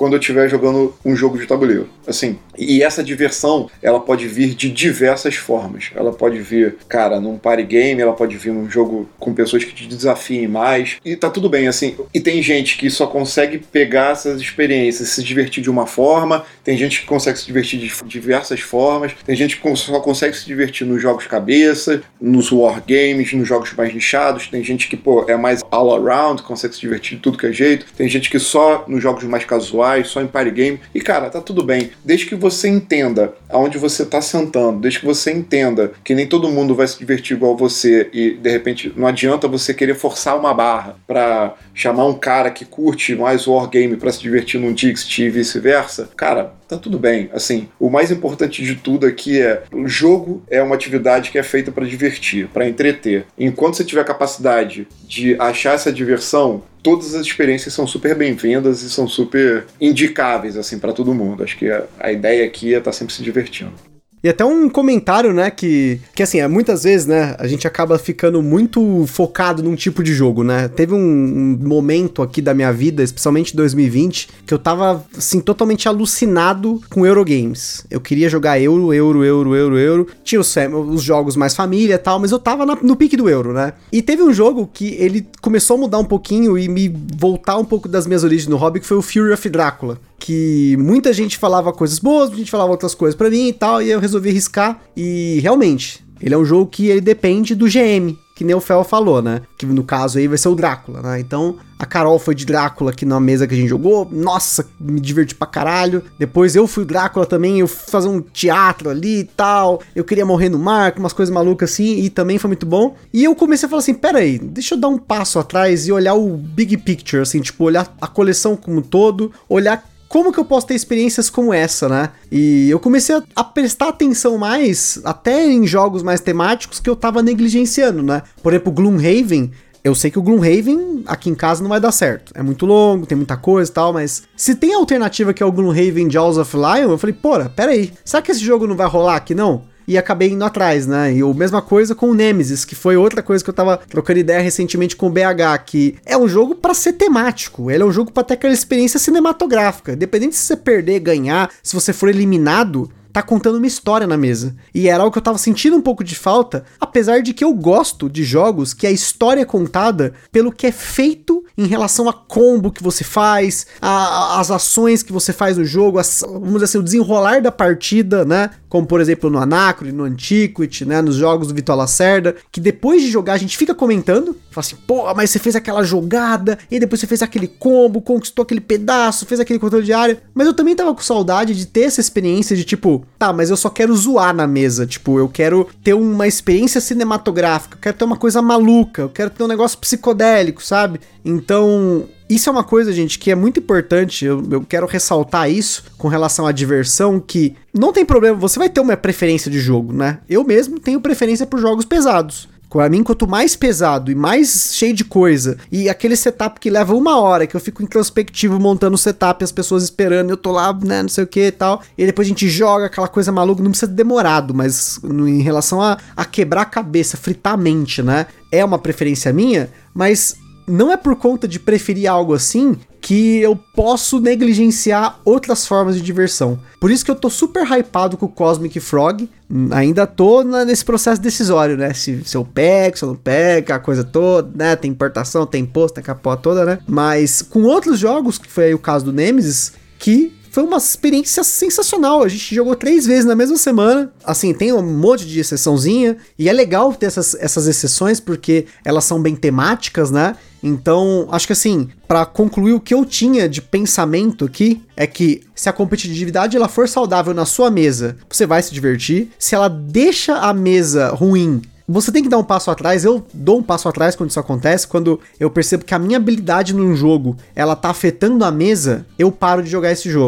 quando eu estiver jogando um jogo de tabuleiro. Assim, e essa diversão, ela pode vir de diversas formas. Ela pode vir, cara, num party game, ela pode vir num jogo com pessoas que te desafiem mais. E tá tudo bem, assim. E tem gente que só consegue pegar essas experiências, se divertir de uma forma, tem gente que consegue se divertir de diversas formas, tem gente que só consegue se divertir nos jogos cabeça, nos wargames, nos jogos mais nichados, tem gente que, pô, é mais all around, consegue se divertir de tudo que é jeito, tem gente que só nos jogos mais casuais, só em party game, e cara, tá tudo bem, desde que você entenda aonde você tá sentando, desde que você entenda que nem todo mundo vai se divertir igual você, e de repente não adianta você querer forçar uma barra pra chamar um cara que curte mais wargame pra se divertir num Dixit e vice-versa, cara, tá tudo bem. Assim, o mais importante de tudo aqui é o jogo é uma atividade que é feita para divertir, para entreter. Enquanto você tiver a capacidade de achar essa diversão, todas as experiências são super bem-vindas e são super indicáveis assim para todo mundo. Acho que a, a ideia aqui é estar sempre se divertindo. E até um comentário, né, que, que assim, muitas vezes, né, a gente acaba ficando muito focado num tipo de jogo, né? Teve um, um momento aqui da minha vida, especialmente em dois mil e vinte, que eu tava, assim, totalmente alucinado com Eurogames. Eu queria jogar Euro, Euro, Euro, Euro, Euro. Tinha os, os jogos mais família e tal, mas eu tava na, no pique do Euro, né? E teve um jogo que ele começou a mudar um pouquinho e me voltar um pouco das minhas origens no hobby, que foi o Fury of Drácula. Que muita gente falava coisas boas, muita gente falava outras coisas pra mim e tal, e eu resolvi riscar. E realmente, ele é um jogo que ele depende do G M, que nem o Fel falou, né? Que no caso aí vai ser o Drácula, né? Então, a Carol foi de Drácula aqui na mesa que a gente jogou. Nossa, me diverti pra caralho. Depois eu fui Drácula também, eu fui fazer um teatro ali e tal. Eu queria morrer no mar, umas coisas malucas assim, e também foi muito bom. E eu comecei a falar assim, pera aí, deixa eu dar um passo atrás e olhar o big picture, assim, tipo, olhar a coleção como um todo, olhar como que eu posso ter experiências como essa, né? E eu comecei a, a prestar atenção mais, até em jogos mais temáticos que eu tava negligenciando, né? Por exemplo, Gloomhaven, eu sei que o Gloomhaven aqui em casa não vai dar certo. É muito longo, tem muita coisa e tal, mas se tem a alternativa que é o Gloomhaven Jaws of Lion, eu falei, porra, pera aí, será que esse jogo não vai rolar aqui não? E acabei indo atrás, né? E a mesma coisa com o Nemesis, que foi outra coisa que eu tava trocando ideia recentemente com o B H, que é um jogo pra ser temático, ele é um jogo pra ter aquela experiência cinematográfica. Independente se você perder, ganhar, se você for eliminado, tá contando uma história na mesa. E era algo que eu tava sentindo um pouco de falta, apesar de que eu gosto de jogos que a história é contada pelo que é feito em relação a combo que você faz, a, as ações que você faz no jogo, as, vamos dizer assim, o desenrolar da partida, né? Como, por exemplo, no Anacron, no Antiquity, né? Nos jogos do Vitor Lacerda, que depois de jogar a gente fica comentando, fala assim, pô, mas você fez aquela jogada, e depois você fez aquele combo, conquistou aquele pedaço, fez aquele controle de área. Mas eu também tava com saudade de ter essa experiência de tipo, tá, mas eu só quero zoar na mesa, tipo, eu quero ter uma experiência cinematográfica, eu quero ter uma coisa maluca, eu quero ter um negócio psicodélico, sabe? Então, isso é uma coisa, gente, que é muito importante, eu, eu quero ressaltar isso com relação à diversão, que não tem problema, você vai ter uma preferência de jogo, né? Eu mesmo tenho preferência por jogos pesados. Pra mim, quanto mais pesado e mais cheio de coisa, e aquele setup que leva uma hora, que eu fico introspectivo montando o setup, as pessoas esperando, eu tô lá, né, não sei o que e tal, e depois a gente joga aquela coisa maluca, não precisa demorado, mas no, em relação a, a quebrar a cabeça, fritar a mente, né, é uma preferência minha, mas não é por conta de preferir algo assim que eu posso negligenciar outras formas de diversão. Por isso que eu tô super hypado com o Cosmic Frog. Ainda tô na, nesse processo decisório, né? Se, se eu pego, se eu não pego, a coisa toda, né? Tem importação, tem imposto, tem capota toda, né? Mas com outros jogos, que foi aí o caso do Nemesis, que foi uma experiência sensacional. A gente jogou três vezes na mesma semana. Assim, tem um monte de exceçãozinha. E é legal ter essas, essas exceções, porque elas são bem temáticas, né? Então, acho que assim, pra concluir o que eu tinha de pensamento aqui, é que se a competitividade ela for saudável na sua mesa, você vai se divertir. Se ela deixa a mesa ruim, você tem que dar um passo atrás. Eu dou um passo atrás quando isso acontece, quando eu percebo que a minha habilidade num jogo, ela tá afetando a mesa, eu paro de jogar esse jogo.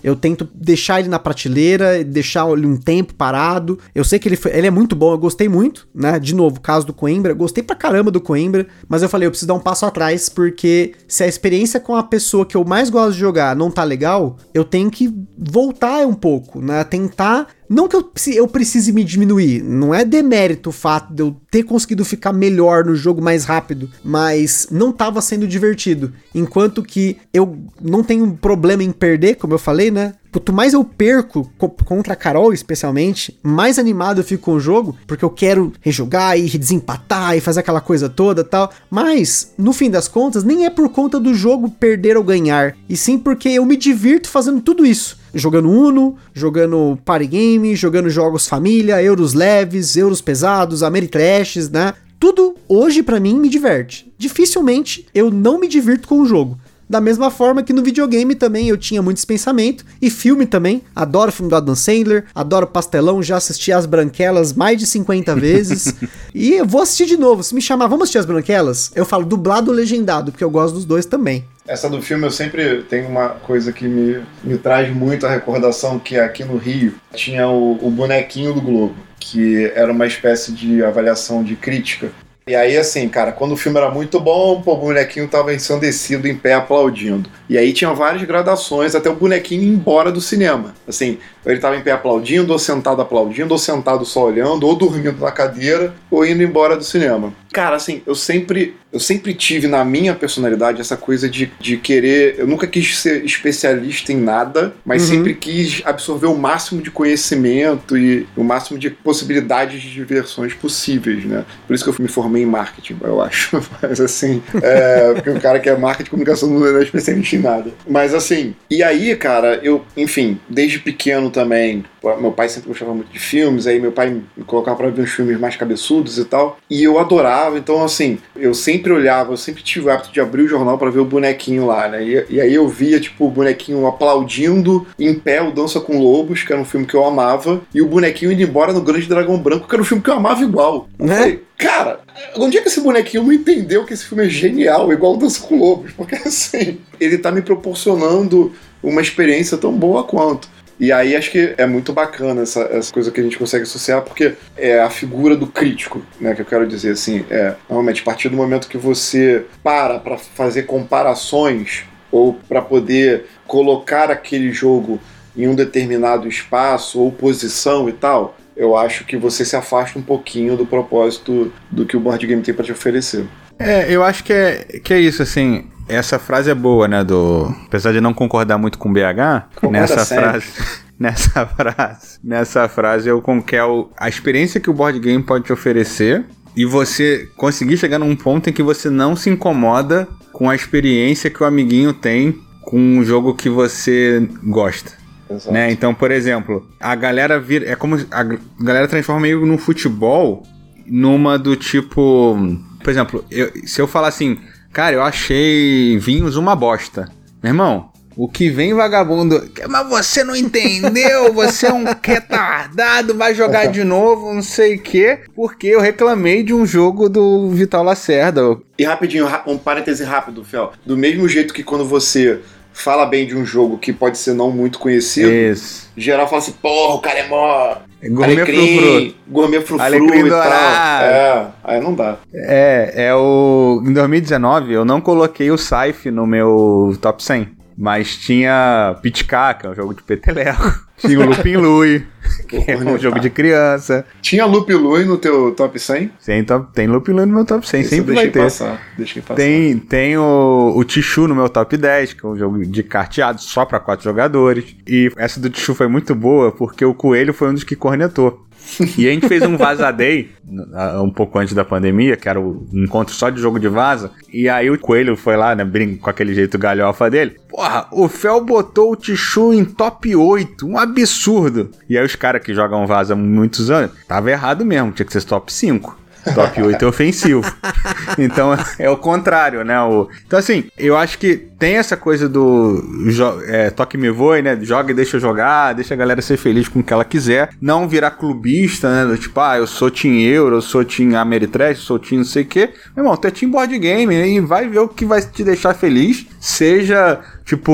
Eu tento deixar ele na prateleira, deixar ele um tempo parado. Eu sei que ele, foi, ele é muito bom, eu gostei muito, né? De novo, caso do Coimbra, gostei pra caramba do Coimbra, mas eu falei, eu preciso dar um passo atrás, porque se a experiência com a pessoa que eu mais gosto de jogar não tá legal, eu tenho que voltar um pouco, né? Tentar... Não que eu, eu precise me diminuir, não é demérito o fato de eu ter conseguido ficar melhor no jogo mais rápido, mas não tava sendo divertido. Enquanto que eu não tenho problema em perder, como eu falei, né? Quanto mais eu perco co- contra a Carol, especialmente, mais animado eu fico com o jogo, porque eu quero rejogar e desempatar e fazer aquela coisa toda e tal. Mas, no fim das contas, nem é por conta do jogo perder ou ganhar, e sim porque eu me divirto fazendo tudo isso. Jogando Uno, jogando Party Game, jogando jogos família, euros leves, euros pesados, Ameritrashes, né? Tudo hoje pra mim me diverte. Dificilmente eu não me divirto com o jogo. Da mesma forma que no videogame também eu tinha muito esse pensamento, e filme também, adoro filme do Adam Sandler, adoro Pastelão, já assisti As Branquelas mais de cinquenta vezes, e eu vou assistir de novo. Se me chamar, vamos assistir As Branquelas? Eu falo dublado ou legendado, porque eu gosto dos dois também. Essa do filme eu sempre tenho uma coisa que me, me traz muito a recordação, que aqui no Rio tinha o, o bonequinho do Globo, que era uma espécie de avaliação de crítica. E aí, assim, cara, quando o filme era muito bom, pô, o bonequinho tava ensandecido em pé aplaudindo. E aí tinha várias gradações até o bonequinho ir embora do cinema. Assim, ele tava em pé aplaudindo, ou sentado aplaudindo, ou sentado só olhando, ou dormindo na cadeira, ou indo embora do cinema. Cara, assim, eu sempre, eu sempre tive na minha personalidade essa coisa de, de querer... Eu nunca quis ser especialista em nada, mas uhum. sempre quis absorver o máximo de conhecimento e o máximo de possibilidades de diversões possíveis, né? Por isso que eu me formei em marketing, eu acho. Mas assim, é, porque o cara que é marketing e comunicação não é especialista em nada. Mas assim, e aí, cara, eu, enfim, desde pequeno também, meu pai sempre gostava muito de filmes, aí meu pai me colocava pra ver uns filmes mais cabeçudos e tal, e eu adorava, então assim, eu sempre olhava, eu sempre tive o hábito de abrir o jornal pra ver o bonequinho lá, né, e, e aí eu via, tipo, o bonequinho aplaudindo em pé o Dança com Lobos, que era um filme que eu amava, e o bonequinho indo embora no Grande Dragão Branco, que era um filme que eu amava igual. Eu né? falei, cara, onde é que esse bonequinho não entendeu que esse filme é genial, igual o Dança com Lobos? Porque assim, ele tá me proporcionando uma experiência tão boa quanto. E aí acho que é muito bacana essa, essa coisa que a gente consegue associar, porque é a figura do crítico, né, que eu quero dizer assim, é, normalmente a partir do momento que você para para fazer comparações ou para poder colocar aquele jogo em um determinado espaço ou posição e tal, eu acho que você se afasta um pouquinho do propósito do que o board game tem para te oferecer. É, eu acho que é, que é isso, assim, essa frase é boa, né, do... Apesar de não concordar muito com o B H, Concorda nessa sempre. frase... Nessa frase, nessa frase eu conquero a experiência que o board game pode te oferecer e você conseguir chegar num ponto em que você não se incomoda com a experiência que o amiguinho tem com um jogo que você gosta. Exato. Né? Então, por exemplo, a galera vira... É como a galera transforma meio no futebol numa do tipo... Por exemplo, eu, se eu falar assim, cara, eu achei Vinhos uma bosta. Meu irmão, o que vem vagabundo... Mas você não entendeu, você é um retardado, vai jogar de novo, não sei o quê, porque eu reclamei de um jogo do Vital Lacerda. E rapidinho, um parêntese rápido, Fel. Do mesmo jeito que quando você fala bem de um jogo que pode ser não muito conhecido, Isso. geral fala assim, porra, o cara é mó... Gourmet Alecrim, frufru. Gourmet frufru Alecrim e tal. dourado. É, aí não dá. É, é o... Em dois mil e dezenove eu não coloquei o Scythe no meu top cem, mas tinha Pitcaca, um jogo de peteleco. Tinha o Lupin Lui, que é um jogo de criança. Tinha Lupin Lui no teu top cem? Sim, top, tem Lupin Lui no meu top cem, Esse sempre eu vai deixei ter. Passar, deixei passar. Tem, tem o, o Tichu no meu top dez, que é um jogo de carteado só pra quatro jogadores. E essa do Tichu foi muito boa, porque o Coelho foi um dos que cornetou. E a gente fez um Vaza Day um pouco antes da pandemia, que era um encontro só de jogo de vaza. E aí o Coelho foi lá, né, brinco com aquele jeito galhofa dele. Porra, o Fel botou o Tichu em top oito, um absurdo. E aí os caras que jogam vaza há muitos anos, tava errado mesmo, tinha que ser top cinco. Top oito é ofensivo. Então é o contrário, né? O... Então assim, eu acho que tem essa coisa do jo... é, toque me voe, né? Joga e deixa eu jogar, deixa a galera ser feliz com o que ela quiser. Não virar clubista, né? Do tipo, ah, eu sou Team Euro, eu sou Team Ameritrash, eu sou Team não sei o quê. Meu irmão, tu é Team Board Game, né? E vai ver o que vai te deixar feliz. Seja, tipo...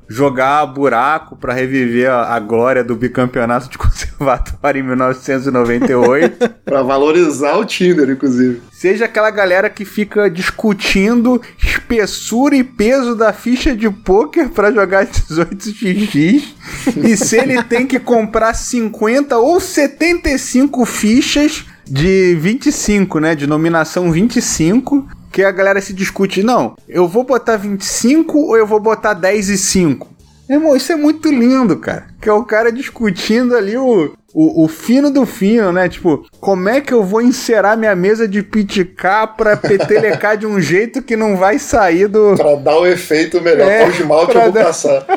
jogar buraco pra reviver a, a glória do bicampeonato de conservatório em mil novecentos e noventa e oito. Pra valorizar o Tinder, inclusive. Seja aquela galera que fica discutindo espessura e peso da ficha de pôquer pra jogar dezoito xis xis. E se ele tem que comprar cinquenta ou setenta e cinco fichas de vinte e cinco, né? De nominação vinte e cinco. Que a galera se discute, não, eu vou botar vinte e cinco ou eu vou botar dez e cinco? Irmão, isso é muito lindo, cara. Que é o cara discutindo ali o, o, o fino do fino, né? Tipo, como é que eu vou encerar minha mesa de piticar pra petelecar de um jeito que não vai sair do... Pra dar o efeito melhor. É, o esmalte eu vou dar... passar.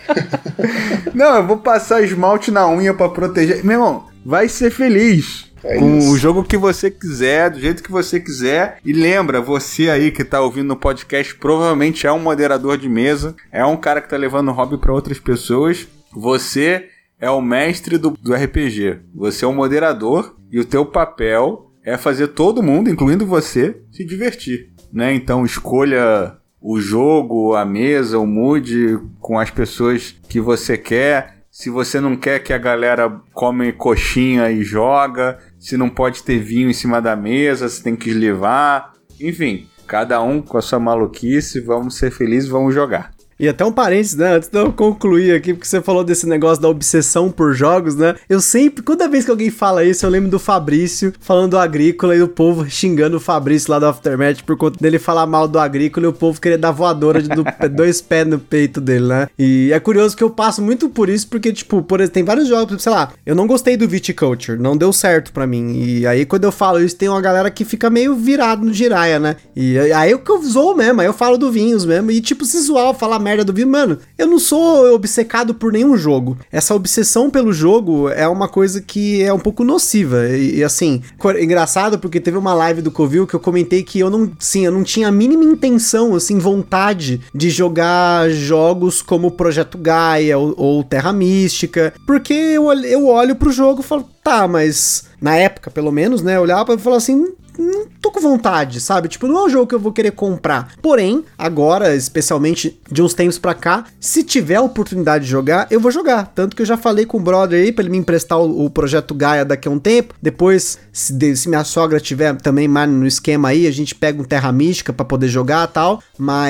Não, eu vou passar esmalte na unha pra proteger. Meu irmão, vai ser feliz. É com isso. O jogo que você quiser, do jeito que você quiser. E lembra, você aí que tá ouvindo no podcast provavelmente é um moderador de mesa, é um cara que tá levando o hobby pra outras pessoas. Você é o mestre do, do R P G. Você é o moderador e o teu papel é fazer todo mundo, incluindo você, se divertir, né? Então escolha o jogo, a mesa, o mood com as pessoas que você quer. Se você não quer que a galera come coxinha e joga, se não pode ter vinho em cima da mesa, se tem que levar. Enfim, cada um com a sua maluquice, vamos ser felizes, vamos jogar. E até um parênteses, né, antes de eu concluir aqui, porque você falou desse negócio da obsessão por jogos, né, eu sempre, toda vez que alguém fala isso, eu lembro do Fabrício falando do Agrícola e do povo xingando o Fabrício lá do Aftermath por conta dele falar mal do Agrícola e o povo querer dar voadora de do, dois pés no peito dele, né, e é curioso que eu passo muito por isso, porque, tipo, por exemplo, tem vários jogos, sei lá, eu não gostei do Viticulture, não deu certo pra mim, e aí quando eu falo isso, tem uma galera que fica meio virado no giraia, né, e aí eu que eu zoo mesmo, aí eu falo do Vinhos mesmo, e tipo, se zoar, falar merda do vinho, mano, eu não sou obcecado por nenhum jogo. Essa obsessão pelo jogo é uma coisa que é um pouco nociva, e, e assim, engraçado porque teve uma live do Covil que eu comentei que eu não, sim, eu não tinha a mínima intenção, assim, vontade de jogar jogos como Projeto Gaia ou, ou Terra Mística, porque eu, eu olho pro jogo e falo, tá, mas na época, pelo menos, né, eu olhava e falava assim, não tô com vontade, sabe? Tipo, não é um jogo que eu vou querer comprar. Porém, agora, especialmente de uns tempos pra cá, se tiver a oportunidade de jogar, eu vou jogar. Tanto que eu já falei com o brother aí pra ele me emprestar o, o Projeto Gaia daqui a um tempo. Depois, se, de, se minha sogra tiver também mais no esquema aí, a gente pega um Terra Mística pra poder jogar e tal.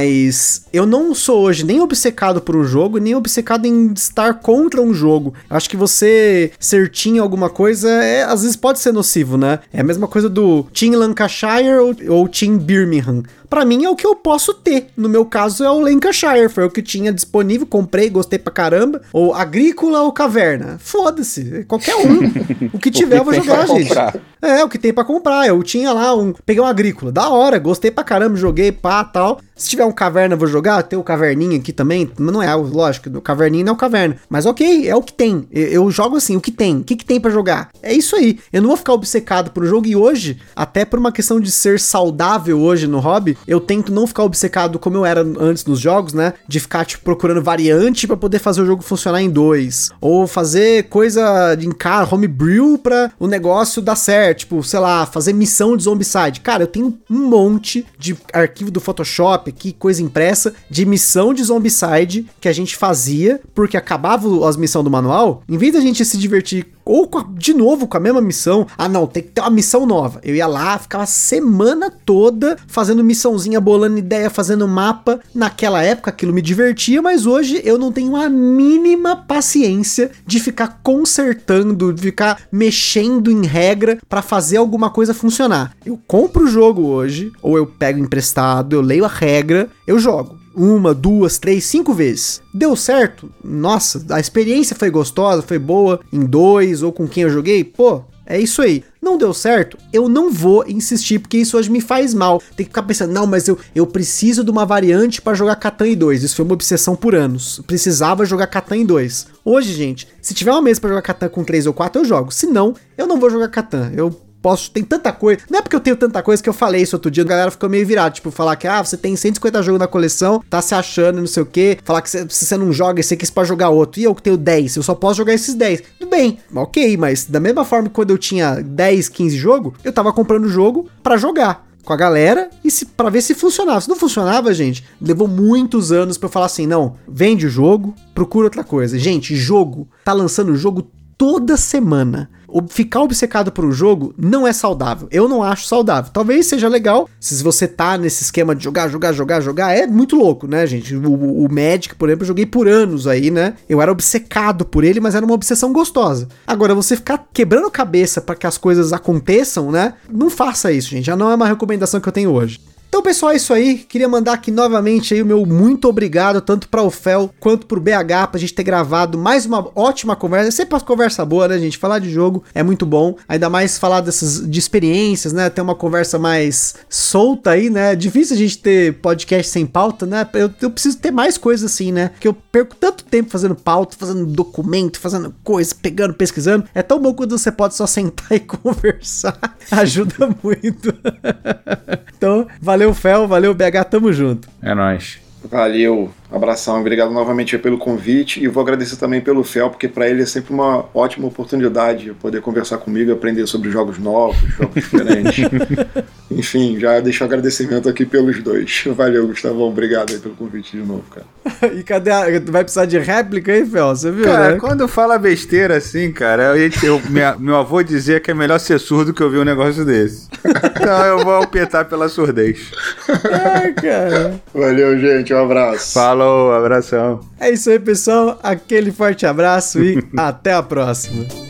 Mas eu não sou hoje nem obcecado por um jogo, nem obcecado em estar contra um jogo. Acho que você certinho em alguma coisa, é, às vezes pode ser nocivo, né? É a mesma coisa do Team Lancashire ou, ou Team Birmingham. Pra mim é o que eu posso ter. No meu caso é o Lancashire, foi o que tinha disponível, comprei, gostei pra caramba. Ou Agrícola ou Caverna. Foda-se, qualquer um. O que tiver eu vou jogar, gente. Comprar. É, o que tem pra comprar. Eu tinha lá um... Peguei um Agrícola, da hora, gostei pra caramba, joguei, pá, tal. Se tiver um Caverna, eu vou jogar. Tem o Caverninha aqui também. Não é, lógico, o Caverninha não é o Caverna. Mas ok, é o que tem. Eu, eu jogo assim, o que tem. O que, que tem pra jogar? É isso aí. Eu não vou ficar obcecado por um jogo. E hoje, até por uma questão de ser saudável hoje no hobby, eu tento não ficar obcecado como eu era antes nos jogos, né? De ficar, tipo, procurando variante pra poder fazer o jogo funcionar em dois. Ou fazer coisa de encar, homebrew pra o negócio dar certo. Tipo, sei lá, fazer missão de Zombicide. Cara, eu tenho um monte de arquivo do Photoshop aqui, coisa impressa, de missão de Zombicide que a gente fazia, porque acabava as missões do manual, em vez da gente se divertir ou com a, de novo com a mesma missão, ah não, tem que ter uma missão nova. Eu ia lá, ficava a semana toda fazendo missãozinha, bolando ideia, fazendo mapa. Naquela época aquilo me divertia, mas hoje eu não tenho a mínima paciência de ficar consertando, de ficar mexendo em regra pra fazer alguma coisa funcionar. Eu compro o jogo hoje, ou eu pego emprestado, eu leio a regra, eu jogo. Uma, duas, três, cinco vezes. Deu certo? Nossa, a experiência foi gostosa, foi boa em dois ou com quem eu joguei? Pô, é isso aí. Não deu certo? Eu não vou insistir, porque isso hoje me faz mal. Tem que ficar pensando, não, mas eu, eu preciso de uma variante pra jogar Catan em dois. Isso foi uma obsessão por anos. Eu precisava jogar Catan em dois. Hoje, gente, se tiver uma mesa pra jogar Catan com três ou quatro, eu jogo. Se não, eu não vou jogar Catan. Eu posso, tem tanta coisa, não é porque eu tenho tanta coisa que eu falei isso outro dia, a galera ficou meio virada, tipo, falar que, ah, você tem cento e cinquenta jogos na coleção, tá se achando e não sei o que, falar que cê, se você não joga esse aqui, você pode jogar outro, e eu que tenho dez, eu só posso jogar esses dez, tudo bem, ok, mas da mesma forma que quando eu tinha dez, quinze jogos, eu tava comprando o jogo pra jogar. com a galera e se, pra ver se funcionava. Se não funcionava, gente, levou muitos anos pra eu falar assim, não, vende o jogo, procura outra coisa. Gente, jogo, tá lançando jogo toda semana. Ficar obcecado por um jogo não é saudável. Eu não acho saudável. Talvez seja legal se você tá nesse esquema de jogar, jogar, jogar, jogar. É muito louco, né, gente? O, o Magic, por exemplo, eu joguei por anos aí, né? Eu era obcecado por ele, mas era uma obsessão gostosa. Agora, você ficar quebrando cabeça pra que as coisas aconteçam, né? Não faça isso, gente. Já não é uma recomendação que eu tenho hoje. Então, pessoal, é isso aí. Queria mandar aqui novamente aí o meu muito obrigado, tanto para o Fel quanto pro B H, pra gente ter gravado mais uma ótima conversa. É sempre uma conversa boa, né, gente? Falar de jogo é muito bom. Ainda mais falar dessas de experiências, né? Ter uma conversa mais solta aí, né? É difícil a gente ter podcast sem pauta, né? Eu, eu preciso ter mais coisas assim, né? Porque eu perco tanto tempo fazendo pauta, fazendo documento, fazendo coisa, pegando, pesquisando. É tão bom quando você pode só sentar e conversar. Ajuda muito. Então, valeu. Valeu, Fel, valeu, B H, tamo junto. É nóis. Valeu, abração, obrigado novamente pelo convite e vou agradecer também pelo Fel, porque para ele é sempre uma ótima oportunidade poder conversar comigo, aprender sobre jogos novos, jogos diferentes. Enfim, já deixo agradecimento aqui pelos dois. Valeu, Gustavão, obrigado aí pelo convite de novo, cara. E cadê a... Vai precisar de réplica aí, Fel? Você viu, cara, né? Quando fala besteira assim, cara, eu, eu, minha, meu avô dizia que é melhor ser surdo que ouvir um negócio desse. Então eu vou optar pela surdez. Ai, cara. Valeu, gente, um abraço. Falou, abração. É isso aí, pessoal. Aquele forte abraço e até a próxima.